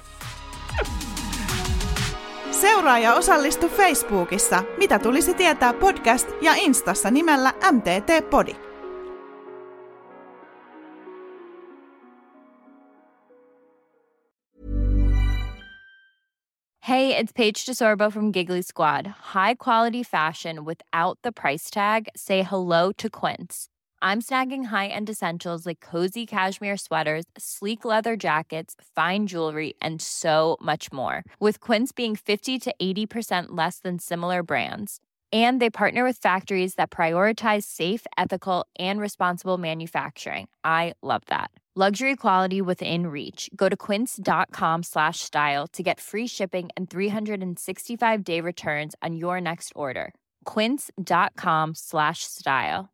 Seuraa ja osallistu Facebookissa, mitä tulisi tietää podcast ja Instassa nimellä M T T Podi. Hey, it's Paige DeSorbo from Giggly Squad. High quality fashion without the price tag. Say hello to Quince. I'm snagging high-end essentials like cozy cashmere sweaters, sleek leather jackets, fine jewelry, and so much more. With Quince being fifty to eighty percent less than similar brands. And they partner with factories that prioritize safe, ethical, and responsible manufacturing. I love that. Luxury quality within reach. Go to quince.com slash style to get free shipping and three sixty-five day returns on your next order. Quince.com slash style.